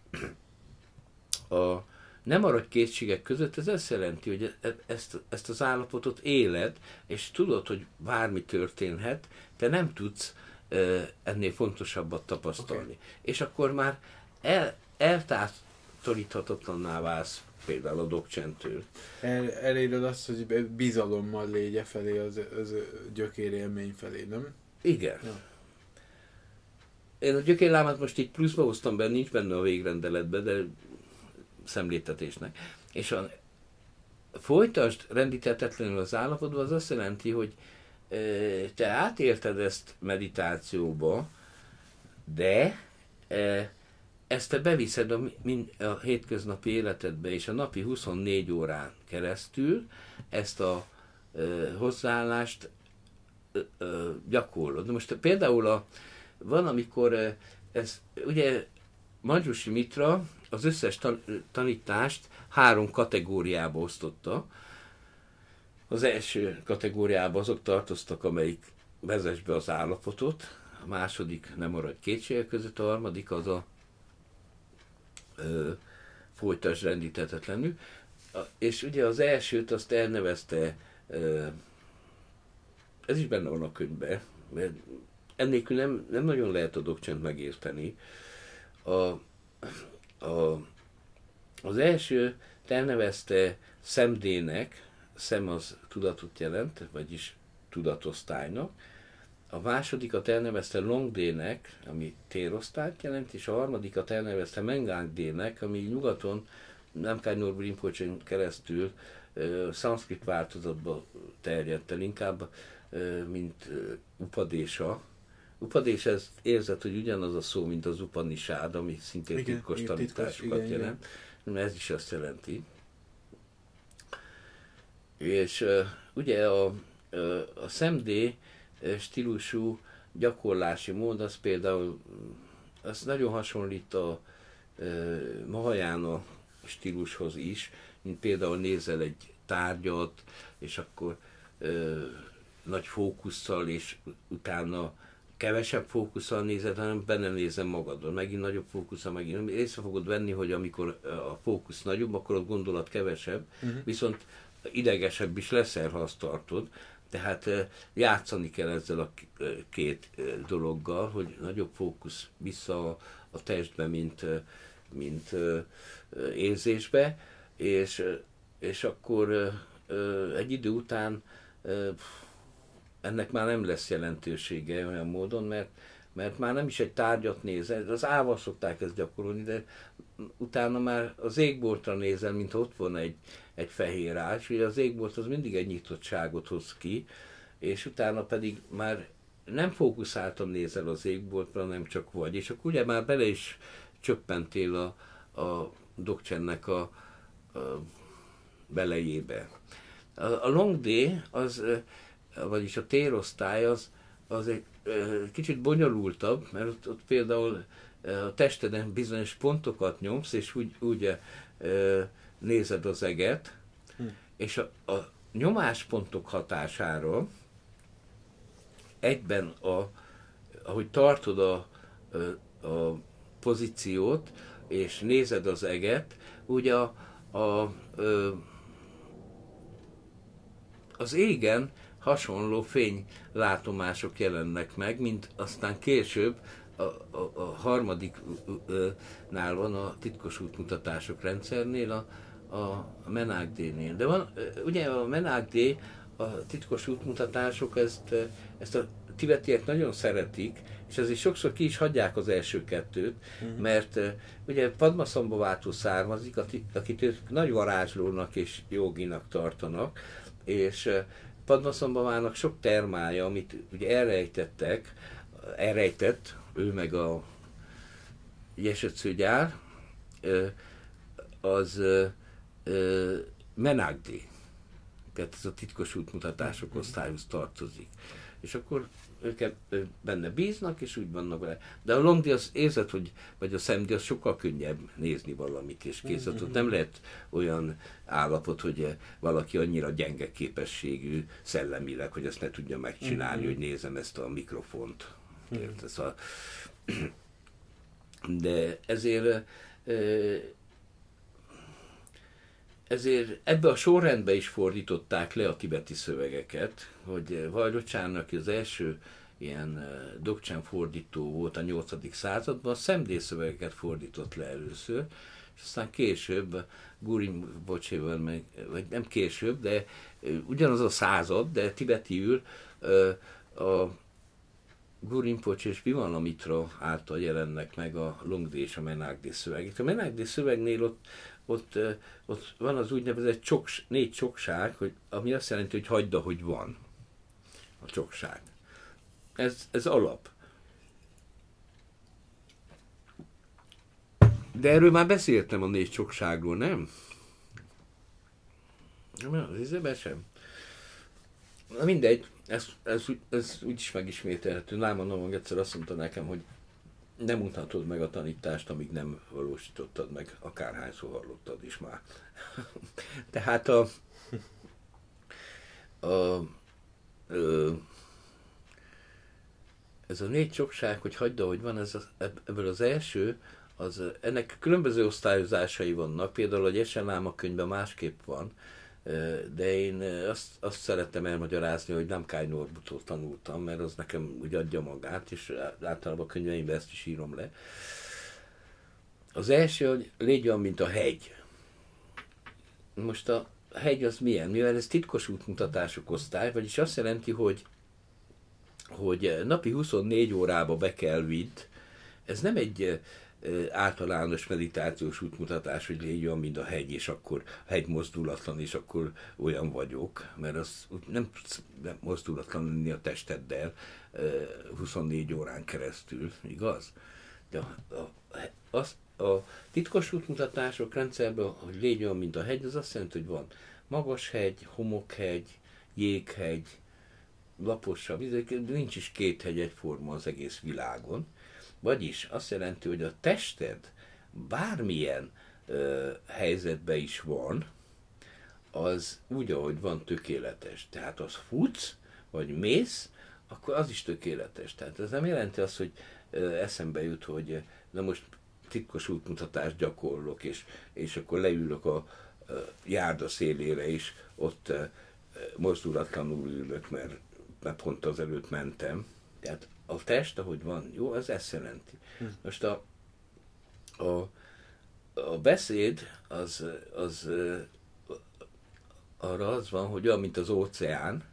a nem maradj kétségek között, ez azt jelenti, hogy ezt, ezt az állapotot éled, és tudod, hogy bármi történhet, te nem tudsz ennél fontosabbat tapasztalni. Okay. És akkor már el, eltávolíthatatlanná válsz például a Dzogchentől. El, eléred azt, hogy bizalommal légye felé, az, az gyökérélmény felé, nem? Igen. Ja. Én a gyökérlámát most így pluszba hoztam be, nincs benne a végrendeletben, de szemléltetésnek. És a folytasd rendíthetetlenül az állapotba, az azt jelenti, hogy e, te átérted ezt meditációba, de e, ezt te beviszed a, a hétköznapi életedbe, és a napi huszonnégy órán keresztül ezt a e, hozzáállást e, e, gyakorlod. Most például a, van, amikor e, ez, ugye Manjushri Mitra az összes tanítást három kategóriába osztotta. Az első kategóriába azok tartoztak, amelyik vezess be az állapotot, a második nem maradj kétségek között, a harmadik az a ö, folytasd rendíthetetlenül. És ugye az elsőt azt elnevezte, ö, ez is benne van a könyvben, mert ennélkül nem, nem nagyon lehet a Dzogchent megérteni. A A, az első elnevezte szemdének, szem az tudatot jelent, vagyis tudatosztálynak. A másodikat elnevezte longdének, ami térosztályt jelent, és a harmadikat elnevezte mengángdének, ami nyugaton Namkhai Norbu Rinpoche-n keresztül uh, szanszkrit változatba terjedt el, inkább uh, mint uh, upadésa. Upadés, ez érzed, hogy ugyanaz a szó, mint az Upanishad, ami szintén igen, titkos igen, tanításokat titkos, jelent. Igen. Ez is azt jelenti. És uh, ugye a, uh, a szemdé stílusú gyakorlási mód, az például az nagyon hasonlít a uh, Mahayana stílushoz is, mint például nézel egy tárgyat, és akkor uh, nagy fókusszal, és utána kevesebb fókusszal nézed, hanem benne nézem magadon. Megint nagyobb fókusszal, megint észre fogod venni, hogy amikor a fókusz nagyobb, akkor a gondolat kevesebb, uh-huh. viszont idegesebb is leszel, ha azt tartod. Tehát játszani kell ezzel a két dologgal, hogy nagyobb fókusz vissza a, a testbe, mint, mint érzésbe, és, és akkor egy idő után ennek már nem lesz jelentősége olyan módon, mert, mert már nem is egy tárgyat nézel, az ával szokták ezt gyakorolni, de utána már az égboltra nézel, mint ott van egy, egy fehér ács, ugye az égbolt az mindig egy nyitottságot hoz ki, és utána pedig már nem fókuszáltan nézel az égboltra, nem csak vagy, és akkor ugye már bele is csöppentél a, a Dzogchennek a, a belejébe. A, a long day, az vagyis a térosztály az, az egy e, kicsit bonyolultabb, mert ott, ott például e, a testeden bizonyos pontokat nyomsz, és úgy, úgy e, nézed az eget, hm. és a, a nyomáspontok hatására egyben, a, ahogy tartod a, a, a pozíciót, és nézed az eget, úgy a, a, a, az égen hasonló fénylátomások jelennek meg, mint aztán később a, a, a harmadiknál van a titkos útmutatások rendszernél, a, a Menagdénél. De van, ugye a Menagdé, a titkos útmutatások ezt, ezt a tibetiek nagyon szeretik, és ezért sokszor ki is hagyják az első kettőt, uh-huh. mert uh, ugye Padmasambhavától származik, akit ők nagy varázslónak és joginak tartanak, és uh, Padmasambhavának sok termája, amit ugye elrejtettek, elrejtett, ő meg a Jesötsző gyár, uh, az uh, uh, Menagdi, tehát ez a titkos útmutatások osztályhoz tartozik. És akkor ők benne bíznak, és úgy vannak vele. De a longdi az érzed, hogy, vagy a szemdi, az sokkal könnyebb nézni valamit, és kész. Mm-hmm. Nem lehet olyan állapot, hogy valaki annyira gyenge képességű szellemileg, hogy ezt ne tudja megcsinálni, mm-hmm. hogy nézem ezt a mikrofont. Mm-hmm. Ez a... De ezért ezért ebbe a sorrendbe is fordították le a tibeti szövegeket, hogy Vajrocsának, aki az első ilyen Dokcsán fordító volt a nyolcadik században, a szemdé szövegeket fordított le először, és aztán később Gurim Bocséval, meg, vagy nem később, de ugyanaz a század, de tibetiül a Gurinpocs és Vimalamitra által jelennek meg a Longdi és a Menagdi szövegek. A Menagdi szövegnél ott Ott, ott van az úgynevezett csoks, négy csokság, hogy, ami azt jelenti, hogy hagyd, ahogy van a csokság. Ez, ez alap. De erről már beszéltem a négy csokságról, nem? Nem, az izében sem. Na mindegy, ez, ez, ez úgyis megismételhető. Náman Nomog egyszer azt mondta nekem, hogy nem mutatod meg a tanítást, amíg nem valósítottad meg, akárhányszor hallottad is már. Tehát a, a, a ez a négy csokság, hogy hagyd, ahogy van, ez az, ebből az első, az, ennek különböző osztályozásai vannak, például a Jeseláma könyvben másképp van, de én azt, azt szerettem elmagyarázni, hogy nem Kály Norbutól tanultam, mert az nekem úgy adja magát, és általában a könyveimben ezt is írom le. Az első, hogy légy olyan, mint a hegy. Most a hegy az milyen? Mivel ez titkos útmutatások osztály, vagyis azt jelenti, hogy, hogy napi huszonnégy órába be kell vidd. Ez nem egy általános meditációs útmutatás, hogy légy olyan, mint a hegy, és akkor hegy mozdulatlan, és akkor olyan vagyok, mert az nem, nem mozdulatlan lenni a testeddel huszonnégy órán keresztül, igaz? De a, a, az, a titkos útmutatások rendszerben, hogy légy olyan, mint a hegy, az azt jelenti, hogy van magas hegy, homokhegy, jéghegy, laposabb, nincs is két hegy egyforma az egész világon. Vagyis azt jelenti, hogy a tested bármilyen ö, helyzetben is van, az úgy, ahogy van, tökéletes. Tehát az futsz, vagy mész, akkor az is tökéletes. Tehát ez nem jelenti azt, hogy ö, eszembe jut, hogy na most titkos útmutatást gyakorlok, és, és akkor leülök a ö, járda szélére, és ott ö, mozdulatlanul ülök, mert, mert pont azelőtt mentem. Tehát a test, ahogy van, jó, az ezt jelenti. Hm. Most a, a, a beszéd, az, az arra az van, hogy olyan, mint az óceán,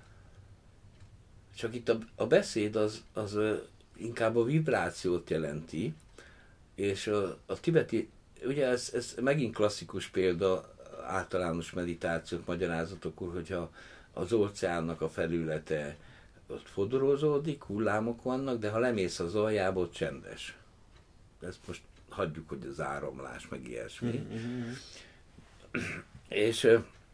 csak itt a, a beszéd az, az inkább a vibrációt jelenti, és a, a tibeti, ugye ez, ez megint klasszikus példa általános meditációk, magyarázatokor, hogyha az óceánnak a felülete ott fodorozódik, hullámok vannak, de ha lemész az aljából, csendes. Ezt most hagyjuk, hogy az áramlás, meg ilyesmi. Mm-hmm. És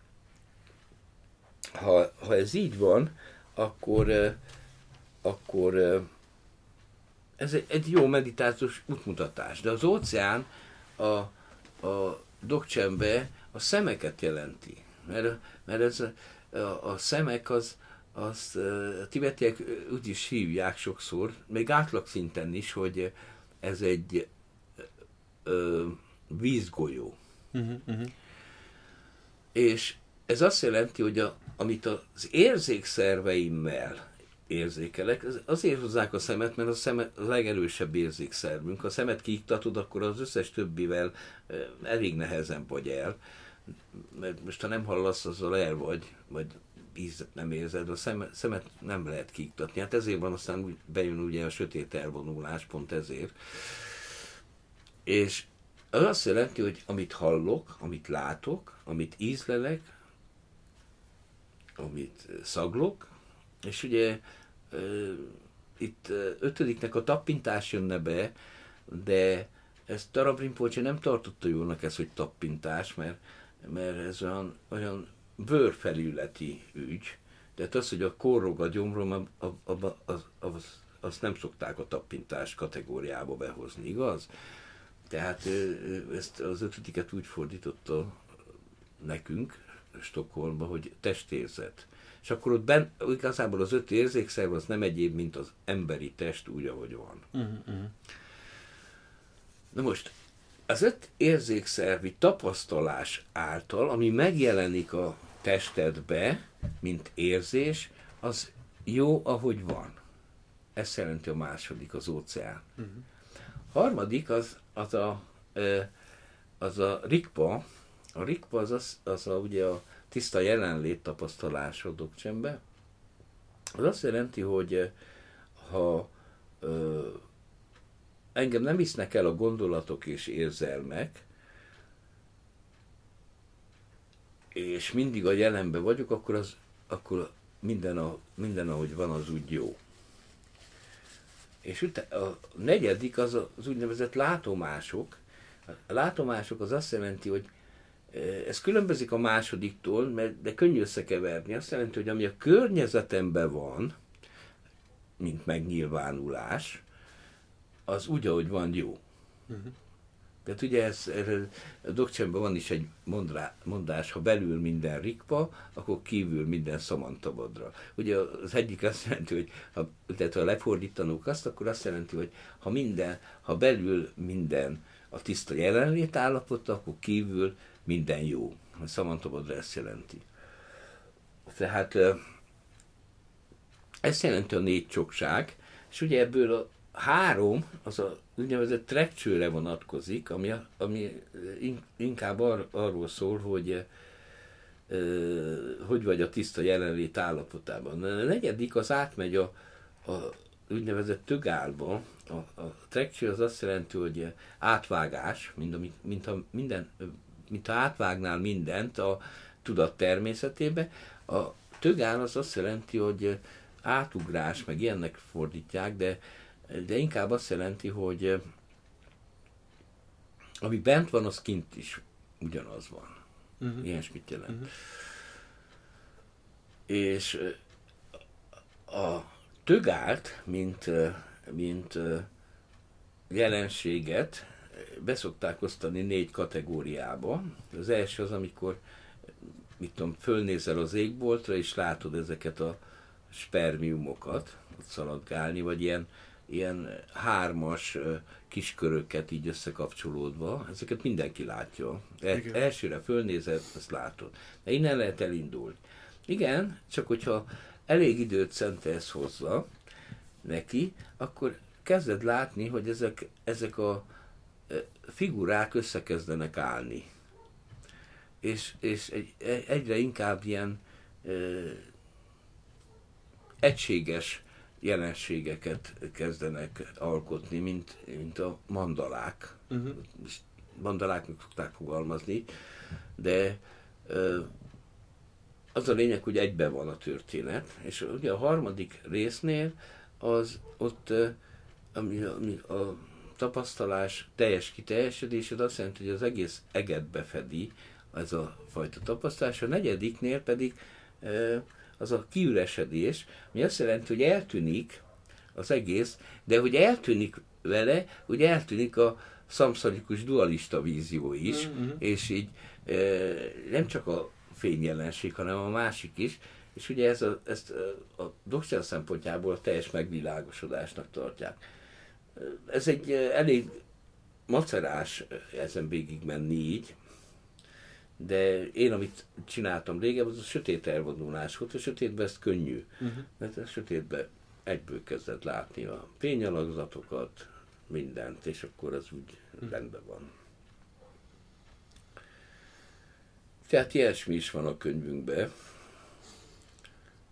ha, ha ez így van, akkor, akkor ez egy, egy jó meditációs útmutatás. De az óceán a, a Dokcsenbe a szemeket jelenti. Mert, mert ez a, a, a szemek az azt a tibetiek úgy is hívják sokszor, még átlag szinten is, hogy ez egy ö, vízgolyó. Uh-huh, uh-huh. És ez azt jelenti, hogy a, amit az érzékszerveimmel érzékelek, azért hozzák a szemet, mert a szem a legerősebb érzékszervünk. Ha a szemet kiiktatod, akkor az összes többivel elég nehezen vagy el. Mert most ha nem hallasz, azzal el vagy, vagy ízet nem érzed, a szem, szemet nem lehet kiiktatni. Hát ezért van, aztán úgy, bejön ugye a sötét elvonulás, pont ezért. És az azt jelenti, hogy amit hallok, amit látok, amit ízlelek, amit szaglok, és ugye uh, itt uh, ötödiknek a tappintás jönne be, de ezt Darab Rinpoche nem tartotta jónak ez, hogy tappintás, mert, mert ez olyan, olyan bőrfelületi ügy. Tehát az, hogy a korrog a gyomrom, az, az, az, azt nem szokták a tappintás kategóriába behozni, igaz? Tehát ezt az ötödiket úgy fordította nekünk, Stockholmba, hogy testérzet. És akkor ott ben, igazából az öt érzékszerv az nem egyéb, mint az emberi test úgy, ahogy van. Uh-huh. Na most, az öt érzékszervi tapasztalás által, ami megjelenik a testedbe, mint érzés, az jó, ahogy van. Ez jelenti a második, az óceán. Uh-huh. Harmadik az, az, a, az a rikpa. A rikpa az, az, az a, ugye a tiszta jelenlét tapasztalása a Dzogchenbe. Az azt jelenti, hogy ha ö, engem nem visznek el a gondolatok és érzelmek, és mindig a jelenben vagyok, akkor, az, akkor minden, a, minden, ahogy van, az úgy jó. És a negyedik az az úgynevezett látomások. A látomások az azt jelenti, hogy ez különbözik a másodiktól, mert, de könnyű összekeverni. Azt jelenti, hogy ami a környezetemben van, mint megnyilvánulás, az úgy, ahogy van, jó. Uh-huh. Tehát ugye ez, a Dzogchenben van is egy mondrá, mondás, ha belül minden rikpa, akkor kívül minden szamantabadra. Ugye az egyik azt jelenti, hogy ha, tehát ha lefordítanunk azt, akkor azt jelenti, hogy ha minden, ha belül minden a tiszta jelenlét állapota, akkor kívül minden jó. A szamantabadra ezt jelenti. Tehát ez jelenti a négy csokság, és ugye ebből a három, az a úgynevezett trekcsőre vonatkozik, ami, ami inkább ar, arról szól, hogy hogy vagy a tiszta jelenlét állapotában. A negyedik az átmegy a, a úgynevezett tögálba. A, a trekcső az azt jelenti, hogy átvágás, mint, a, mint, a minden, mint ha átvágnál mindent a tudat természetébe. A tögál az azt jelenti, hogy átugrás, meg ilyennek fordítják, de de inkább azt jelenti, hogy ami bent van, az kint is ugyanaz van. Uh-huh. Ilyesmit jelent. Uh-huh. És a tögált, mint, mint jelenséget beszokták osztani négy kategóriába. Az első az, amikor mit tudom, fölnézel az égboltra, és látod ezeket a spermiumokat ott szaladgálni, vagy ilyen ilyen hármas kisköröket így összekapcsolódva, ezeket mindenki látja. El, elsőre fölnézed, azt látod. De innen lehet elindulni. Igen, csak hogyha elég időt szentelsz hozzá neki, akkor kezded látni, hogy ezek, ezek a figurák összekezdenek állni. És, és egy, egyre inkább ilyen ö, egységes jelenségeket kezdenek alkotni, mint, mint a mandalák. Uh-huh. Mandaláknak szokták fogalmazni, de ö, az a lényeg, hogy egybe van a történet, és ugye a harmadik résznél az ott, ö, ami, ami a tapasztalás teljes kiteljesedés, az azt jelenti, hogy az egész eget befedi ez a fajta tapasztalás. A negyediknél pedig ö, az a kiüresedés, ami azt jelenti, hogy eltűnik az egész, de hogy eltűnik vele, hogy eltűnik a szamszarikus dualista vízió is, mm-hmm. és így e, nem csak a fényjelenség, hanem a másik is, és ugye ez a, ezt a Dzogchen szempontjából teljes megvilágosodásnak tartják. Ez egy elég macerás ezen végig menni így, de én, amit csináltam régebben, az a sötét elvonulás volt. A sötétben ez könnyű, uh-huh. mert a sötétben egyből kezdett látni a fényalakzatokat, mindent, és akkor az úgy uh-huh. rendben van. Tehát ilyesmi is van a könyvünkben.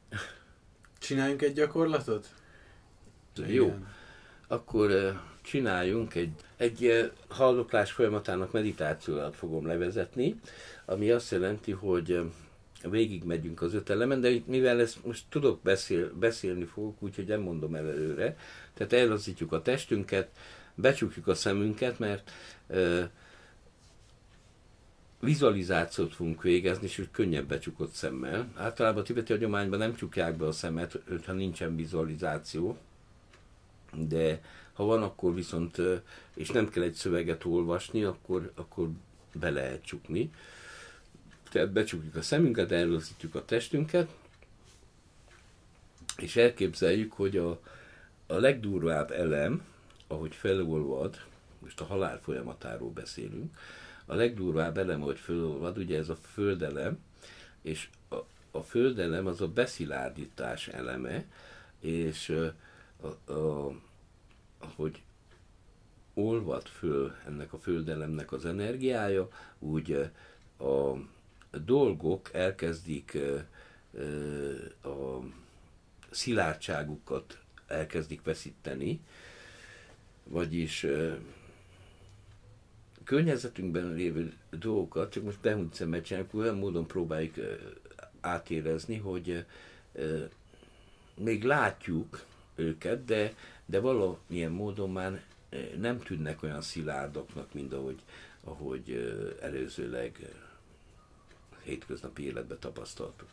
Csináljunk egy gyakorlatot? Jó, Igen. akkor uh, csináljunk egy, egy uh, haldoklás folyamatának meditációját fogom levezetni, ami azt jelenti, hogy uh, végigmegyünk az öt elemen, de itt, mivel ezt most tudok beszél, beszélni fogok, úgyhogy nem mondom el előre, tehát ellazítjuk a testünket, becsukjuk a szemünket, mert uh, vizualizációt fogunk végezni, és úgy könnyebb becsukott szemmel. Általában a tibeti hagyományban nem csukják be a szemet, ha nincsen vizualizáció, de ha van, akkor viszont, és nem kell egy szöveget olvasni, akkor, akkor be lehet csukni. Tehát becsukjuk a szemünket, elrögzítjük a testünket, és elképzeljük, hogy a, a legdurvább elem, ahogy felolvad, most a halál folyamatáról beszélünk, a legdurvább elem, ahogy felolvad, ugye ez a földelem, és a, a földelem az a beszilárdítás eleme, és a, a, ahogy olvad föl ennek a földelemnek az energiája, úgy a dolgok elkezdik a szilárdságukat elkezdik veszíteni, vagyis környezetünkben lévő dolgokat, csak most behúnyt szemmel csináljuk, olyan módon próbáljuk átérezni, hogy még látjuk őket, de, de valamilyen módon már nem tűnnek olyan szilárdoknak, mint ahogy, ahogy előzőleg hétköznapi életben tapasztaltuk.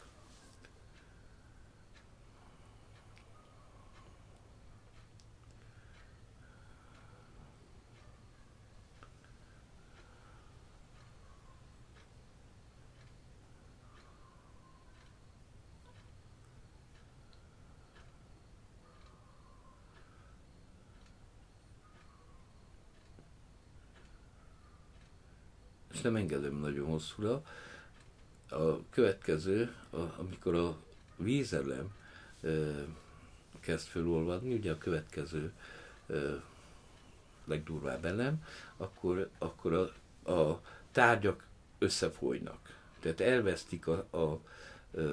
És nem engedem nagyon hosszúra. A következő, a, amikor a vízelem e, kezd felolvadni, ugye a következő e, legdurvább elem, akkor, akkor a, a tárgyak összefolynak. Tehát elvesztik a, a e,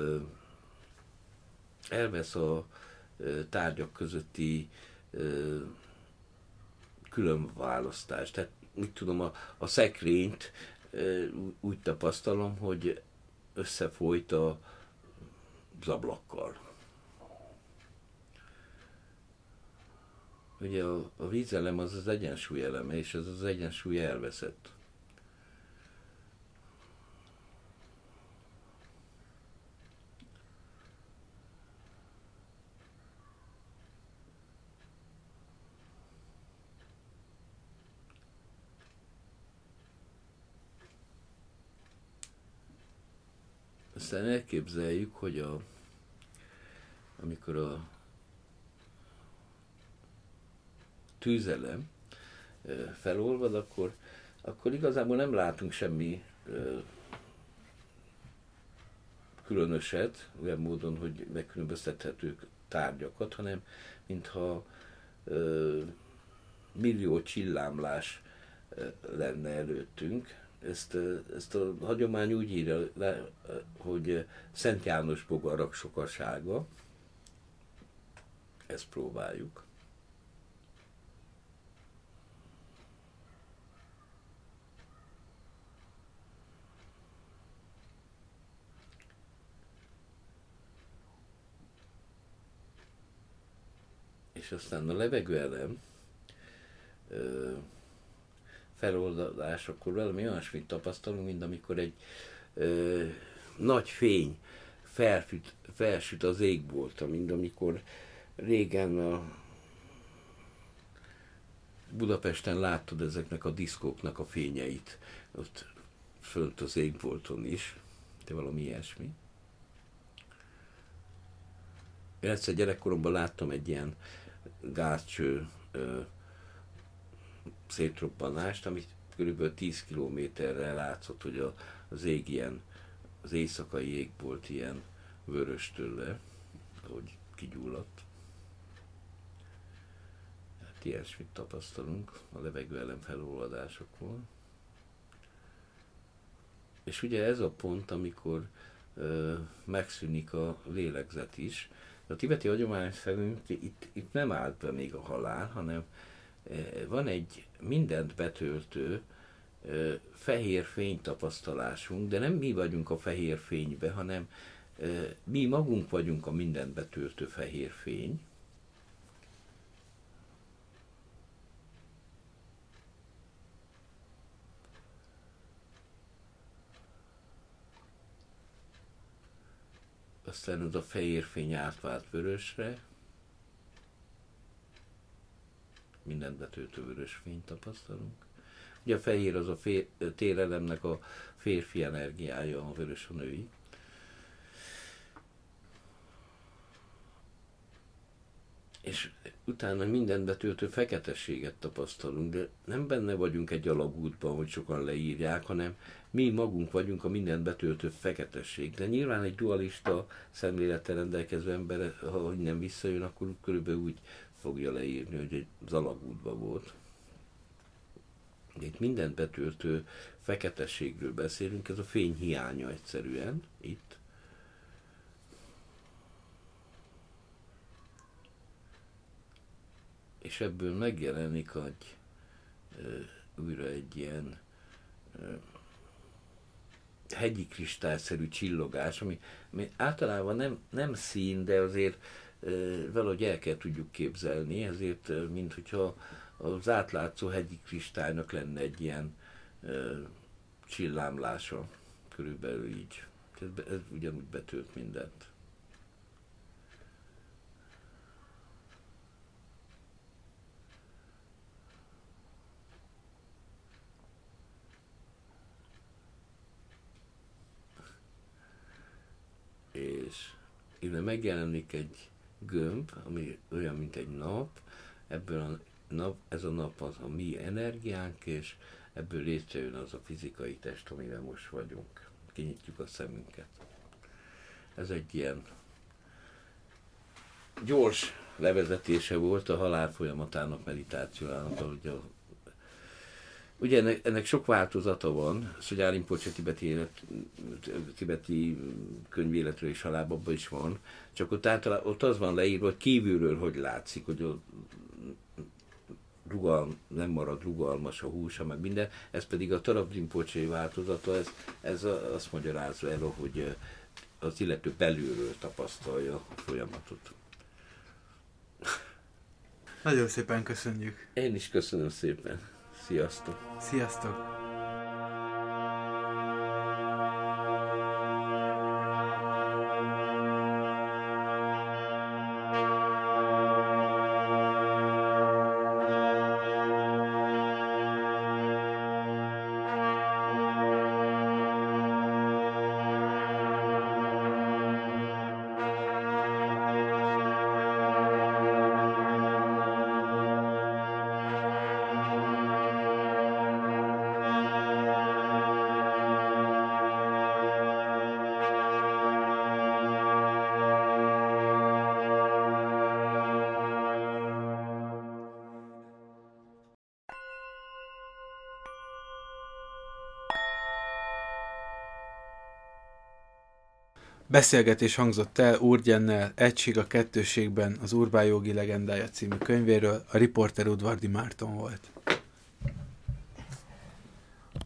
elvesz a e, tárgyak közötti e, különválasztás. Tehát mit tudom, a, a szekrényt úgy tapasztalom, hogy összefolyt a, az ablakkal. Ugye a, a vízelem az az egyensúly eleme, és ez az egyensúly elveszett. Aztán elképzeljük, hogy a, amikor a tűzelem felolvad, akkor, akkor igazából nem látunk semmi különöset, olyan módon, hogy megkülönböztethetők tárgyakat, hanem mintha millió csillámlás lenne előttünk. Ezt, ezt a hagyomány úgy írja le, hogy Szent János bogarak sokasága. Ezt próbáljuk. És aztán a levegőelem feloldás, akkor valami olyasmit tapasztalunk, mint amikor egy ö, nagy fény felfüt, felsüt az égboltra, mint amikor régen a Budapesten láttad ezeknek a diszkóknak a fényeit, ott fönt az égbolton is, de valami ilyesmi. Én egyszer gyerekkoromban láttam egy ilyen gázcső ö, szétrobbanást, amit körülbelül tíz kilométerre látszott, hogy a, az ég ilyen, az éjszakai égbolt ilyen vörös tőle, ahogy kigyulladt. Hát ilyesmit tapasztalunk a levegőelem felolvadásokon. És ugye ez a pont, amikor ö, megszűnik a lélegzet is. A tibeti hagyomány szerint itt, itt nem állt be még a halál, hanem van egy mindent betöltő ö, fehér fénytapasztalásunk, de nem mi vagyunk a fehér fénybe, hanem ö, mi magunk vagyunk a mindent betöltő fehér fény. Aztán az a fehér fény átvált vörösre, mindent betöltő vörös fényt tapasztalunk. Ugye a fehér az a fér, térelemnek a férfi energiája, a vörös a női. És utána mindent betöltő feketességet tapasztalunk, de nem benne vagyunk egy alagútban, hogy sokan leírják, hanem mi magunk vagyunk a mindent betöltő feketesség. De nyilván egy dualista szemlélettel rendelkező ember, ha nem visszajön, akkor körülbelül úgy fogja leírni, hogy az alagútban volt. De itt mindent betöltő feketességről beszélünk, ez a fény hiánya egyszerűen itt. És ebből megjelenik egy, újra egy ilyen hegyi kristályszerű csillogás, ami, ami általában nem, nem szín, de azért valahogy el kell tudjuk képzelni, ezért mint hogyha az átlátszó hegyi kristálynak lenne egy ilyen csillámlása, körülbelül így. Ez, ez ugyanúgy betölt mindent. És innen megjelenik egy gömb, ami olyan, mint egy nap, ebből a nap, ez a nap az a mi energiánk, és ebből létrejön az a fizikai test, amiben most vagyunk. Kinyitjuk a szemünket. Ez egy ilyen gyors levezetése volt a halál folyamatának, meditációjának, ugye, ugye ennek, ennek sok változata van, Szögyár Rinpoche tibeti, élet, tibeti könyvéletről és halálban is van, csak ott, általában, ott az van leírva, hogy kívülről hogy látszik, hogy a rugalm, nem marad rugalmas a húsa, meg minden, ez pedig a Tarab Rinpoche változata, ez, ez azt magyarázza el, hogy az illető belülről tapasztalja a folyamatot. Nagyon szépen köszönjük. Én is köszönöm szépen. Sziasztok! Sziasztok! Beszélgetés hangzott el Urdjennel Egység a kettőségben az Urbán Jogi legendája című könyvéről, a riporter Udvardi Márton volt.